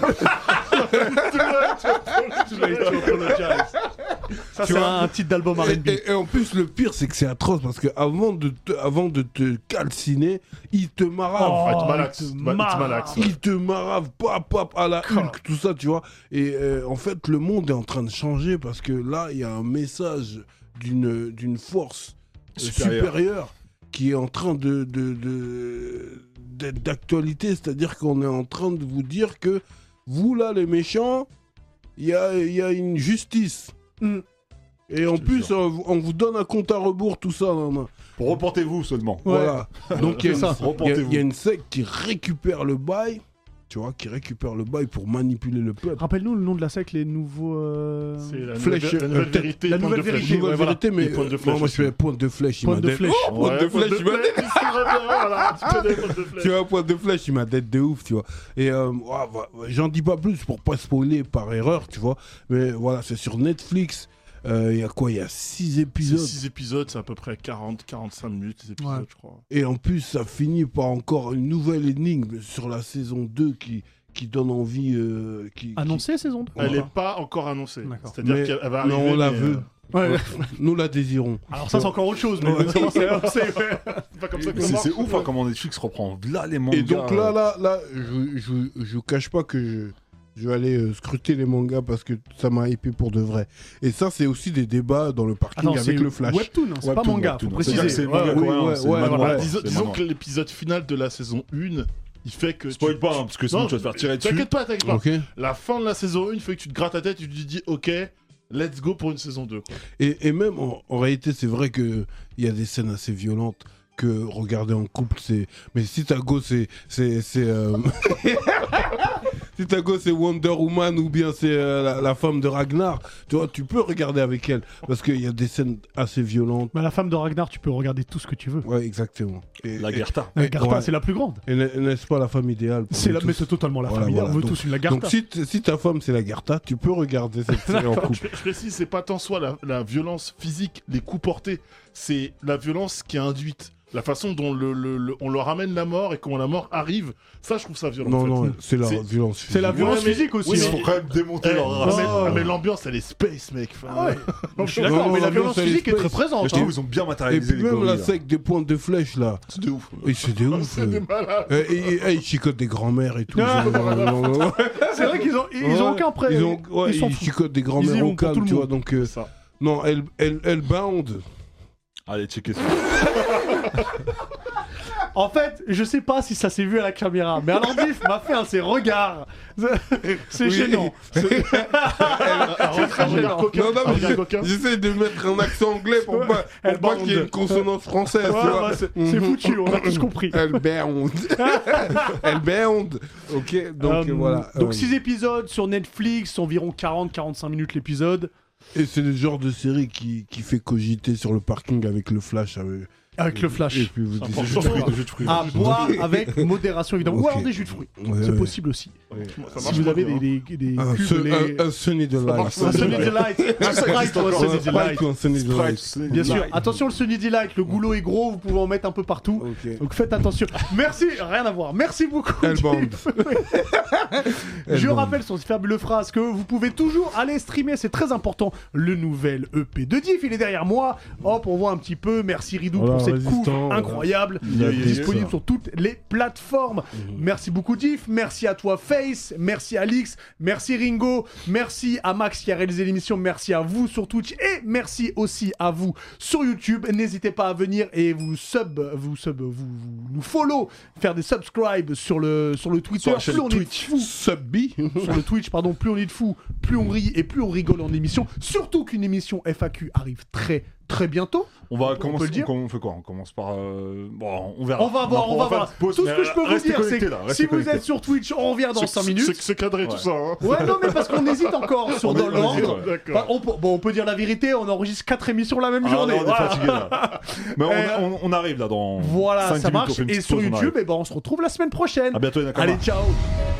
Ça c'est un titre d'album R&B.
Et en plus le pire c'est que c'est atroce parce que avant de te calciner, il te marave. Il te marave pap à la Hulk, tout ça, tu vois. Et en fait le monde est en train de changer parce que là il y a un message d'une force supérieure qui est en train d'être d'actualité, c'est-à-dire qu'on est en train de vous dire que vous là les méchants, il y a une justice. Et en plus, on vous donne un compte à rebours, tout ça.
Pour reportez-vous seulement.
Voilà. Donc il y a une secte qui récupère le bail, tu vois, pour manipuler le peuple.
Rappelle-nous le nom de la secte, les nouveaux.
C'est la
Flèche.
nouvelle vérité.
La nouvelle vérité.
Nouvelle vérité, mais
pointe de flèche.
moi je fais pointe de flèche.
Pointe de flèche.
Pointe de flèche, il m'a tu vois, pointe de flèche, il m'a dette de ouf, tu vois. Et j'en dis pas plus pour pas spoiler par erreur, tu vois. Mais voilà, c'est sur Netflix. Il y a quoi? Il y a 6 épisodes.
6 épisodes, c'est à peu près 40-45 minutes, les épisodes, je crois.
Et en plus, ça finit par encore une nouvelle énigme sur la saison 2 qui donne envie.
Annoncée saison 2?
Elle n'est pas encore annoncée.
C'est-à-dire
qu'elle va arriver.
Mais on la veut. Nous la désirons.
Alors ça c'est encore autre chose, mais c'est
pas comme ça que
c'est ouf hein, comment Netflix reprend là les mangas.
Et donc là, je vous cache pas que je vais aller scruter les mangas parce que ça m'a hypé pour de vrai. Et ça, c'est aussi des débats dans le parking avec le Flash.
Webtoon, c'est pas manga, faut préciser.
C'est manga coréen.
Disons que l'épisode final de la saison 1 il fait que.
Spoil pas, hein, parce que sinon
Non,
tu vas te faire tirer dessus.
T'inquiète pas.
Ok.
La fin de la saison 1, il fait que tu te grattes la tête et tu te dis, ok, let's go pour une saison 2. Quoi.
Et même en réalité, c'est vrai qu'il y a des scènes assez violentes que regarder en couple, c'est. Mais si ta go, c'est. Si ta go, c'est Wonder Woman ou bien c'est la femme de Ragnar, tu vois, tu peux regarder avec elle. Parce qu'il y a des scènes assez violentes.
Mais la femme de Ragnar, tu peux regarder tout ce que tu veux.
Ouais, exactement.
La Gertha.
La Gartha,
Ouais.
c'est la plus grande.
Et n'est-ce pas la femme idéale pour nous
Mais
tous.
c'est totalement la
Voilà,
famille.
voilà.
On veut
Donc-
tous une la
Donc
Gartha.
si ta femme c'est la Gartha, tu peux regarder cette série en couple.
Je précise, c'est pas tant soit la violence physique, les coups portés, c'est la violence qui est induite. La façon dont on leur ramène la mort et comment la mort arrive, ça je trouve ça violent. en
Non,
fait.
non, c'est la
C'est-
violence physique.
C'est la violence
Ouais, mais-
physique aussi.
oui,
Ils
hein.
faut quand même démonter
Eh,
leur
non,
race.
mais l'ambiance elle est space, mec. Enfin,
Ah ouais. Je suis
Non,
d'accord, mais la
l'ambiance,
violence
elle est
physique est très
space.
Je
présente.
trouve
hein.
ils ont bien
Et
matérialisé
puis
les
même la
gorilles, là.
sec des pointes de flèche là.
C'est de ouf.
Et c'est des ouf.
c'est des malades.
Ils chicotent des grands-mères et tout.
Ah.
Genre,
C'est vrai qu'ils ont
ouais,
aucun prêt.
ils
s'en
ils
foutent.
chicotent des
Ils y
grands-mères
vont
au
pour tout
calme,
le
tu vois.
monde.
Donc,
Ça.
non, Hellbound.
Allez, checker ça.
En fait, je sais pas si ça s'est vu à la caméra, mais Alandif m'a fait un de ses regards. C'est
Oui.
gênant. C'est très gênant.
Non, non, mais
Regarde coquin.
j'essaie de mettre un accent anglais pour pas
Hellbound.
qu'il y ait une consonance française,
Ouais,
tu vois.
bah, c'est foutu, on a tous compris.
Hellbound. Hellbound. Ok, donc voilà.
Donc 6 épisodes sur Netflix, environ 40-45 minutes l'épisode.
Et c'est le genre de série qui fait cogiter sur le parking avec le flash.
Avec le flash.
Et puis vous dites,
Des jus de fruits.
À boire avec modération évidemment. Ou
Ok.
alors des jus de fruits.
Ouais,
C'est
ouais.
possible aussi.
Ça
Si
marche
vous
pas,
avez
hein.
des
Un
cubes, les...
un Sunny Delight.
Un Sunny Delight. Un Sprite ou un Sunny Delight.
ou un Sunny Delight.
Bien sûr. Attention, le Sunny Delight, le goulot est gros, vous pouvez en mettre un peu partout.
Ok.
Donc faites attention. Merci, rien à voir. Merci beaucoup.
Hellbound.
Je
Hellbound.
rappelle sur cette fabuleuse phrase que vous pouvez toujours aller streamer, c'est très important. Le nouvel EP de Diff, il est derrière moi. Hop, on voit un petit peu. Merci Ridou
Voilà,
pour cette
résistant,
couve
voilà.
incroyable.
Il a
Disponible
ça.
sur toutes les plateformes. Merci beaucoup Diff, merci à toi Face, merci Alix, merci Ringo, merci à Max qui a réalisé l'émission, merci à vous sur Twitch et merci aussi à vous sur YouTube. N'hésitez pas à venir et vous nous follow, faire des subscribes sur le Twitter.
Sur la chaîne
Plus on est
Twitch.
fou
Subby.
sur le Twitch, pardon, plus on est de fous, plus on rit et plus on rigole en émission. Surtout qu'une émission FAQ arrive très très bientôt.
On va
peut
commencer.
le dire.
On fait quoi? On commence par. Bon, on verra.
On va voir, on va
faire
voir.
une pause,
Tout ce
mais
que je peux vous
restez
dire, c'est
connectés,
que
là,
si
restez
vous
connectés.
êtes sur Twitch, on revient dans 5 minutes.
C'est cadré tout
Ouais.
ça. Hein.
Ouais, non, mais parce qu'on hésite encore sur
On
dans
hésite,
l'ordre.
ouais.
Enfin, on peut dire la vérité, on enregistre 4 émissions la même
Ah,
journée.
non, on est
Voilà.
fatigué là. Mais on arrive là dans.
Voilà,
5-10
ça
minutes, on
marche.
fait une
Et
petite
sur
pause, on
YouTube,
arrive.
on se retrouve la semaine prochaine.
À bientôt, les Nakama.
Allez, ciao.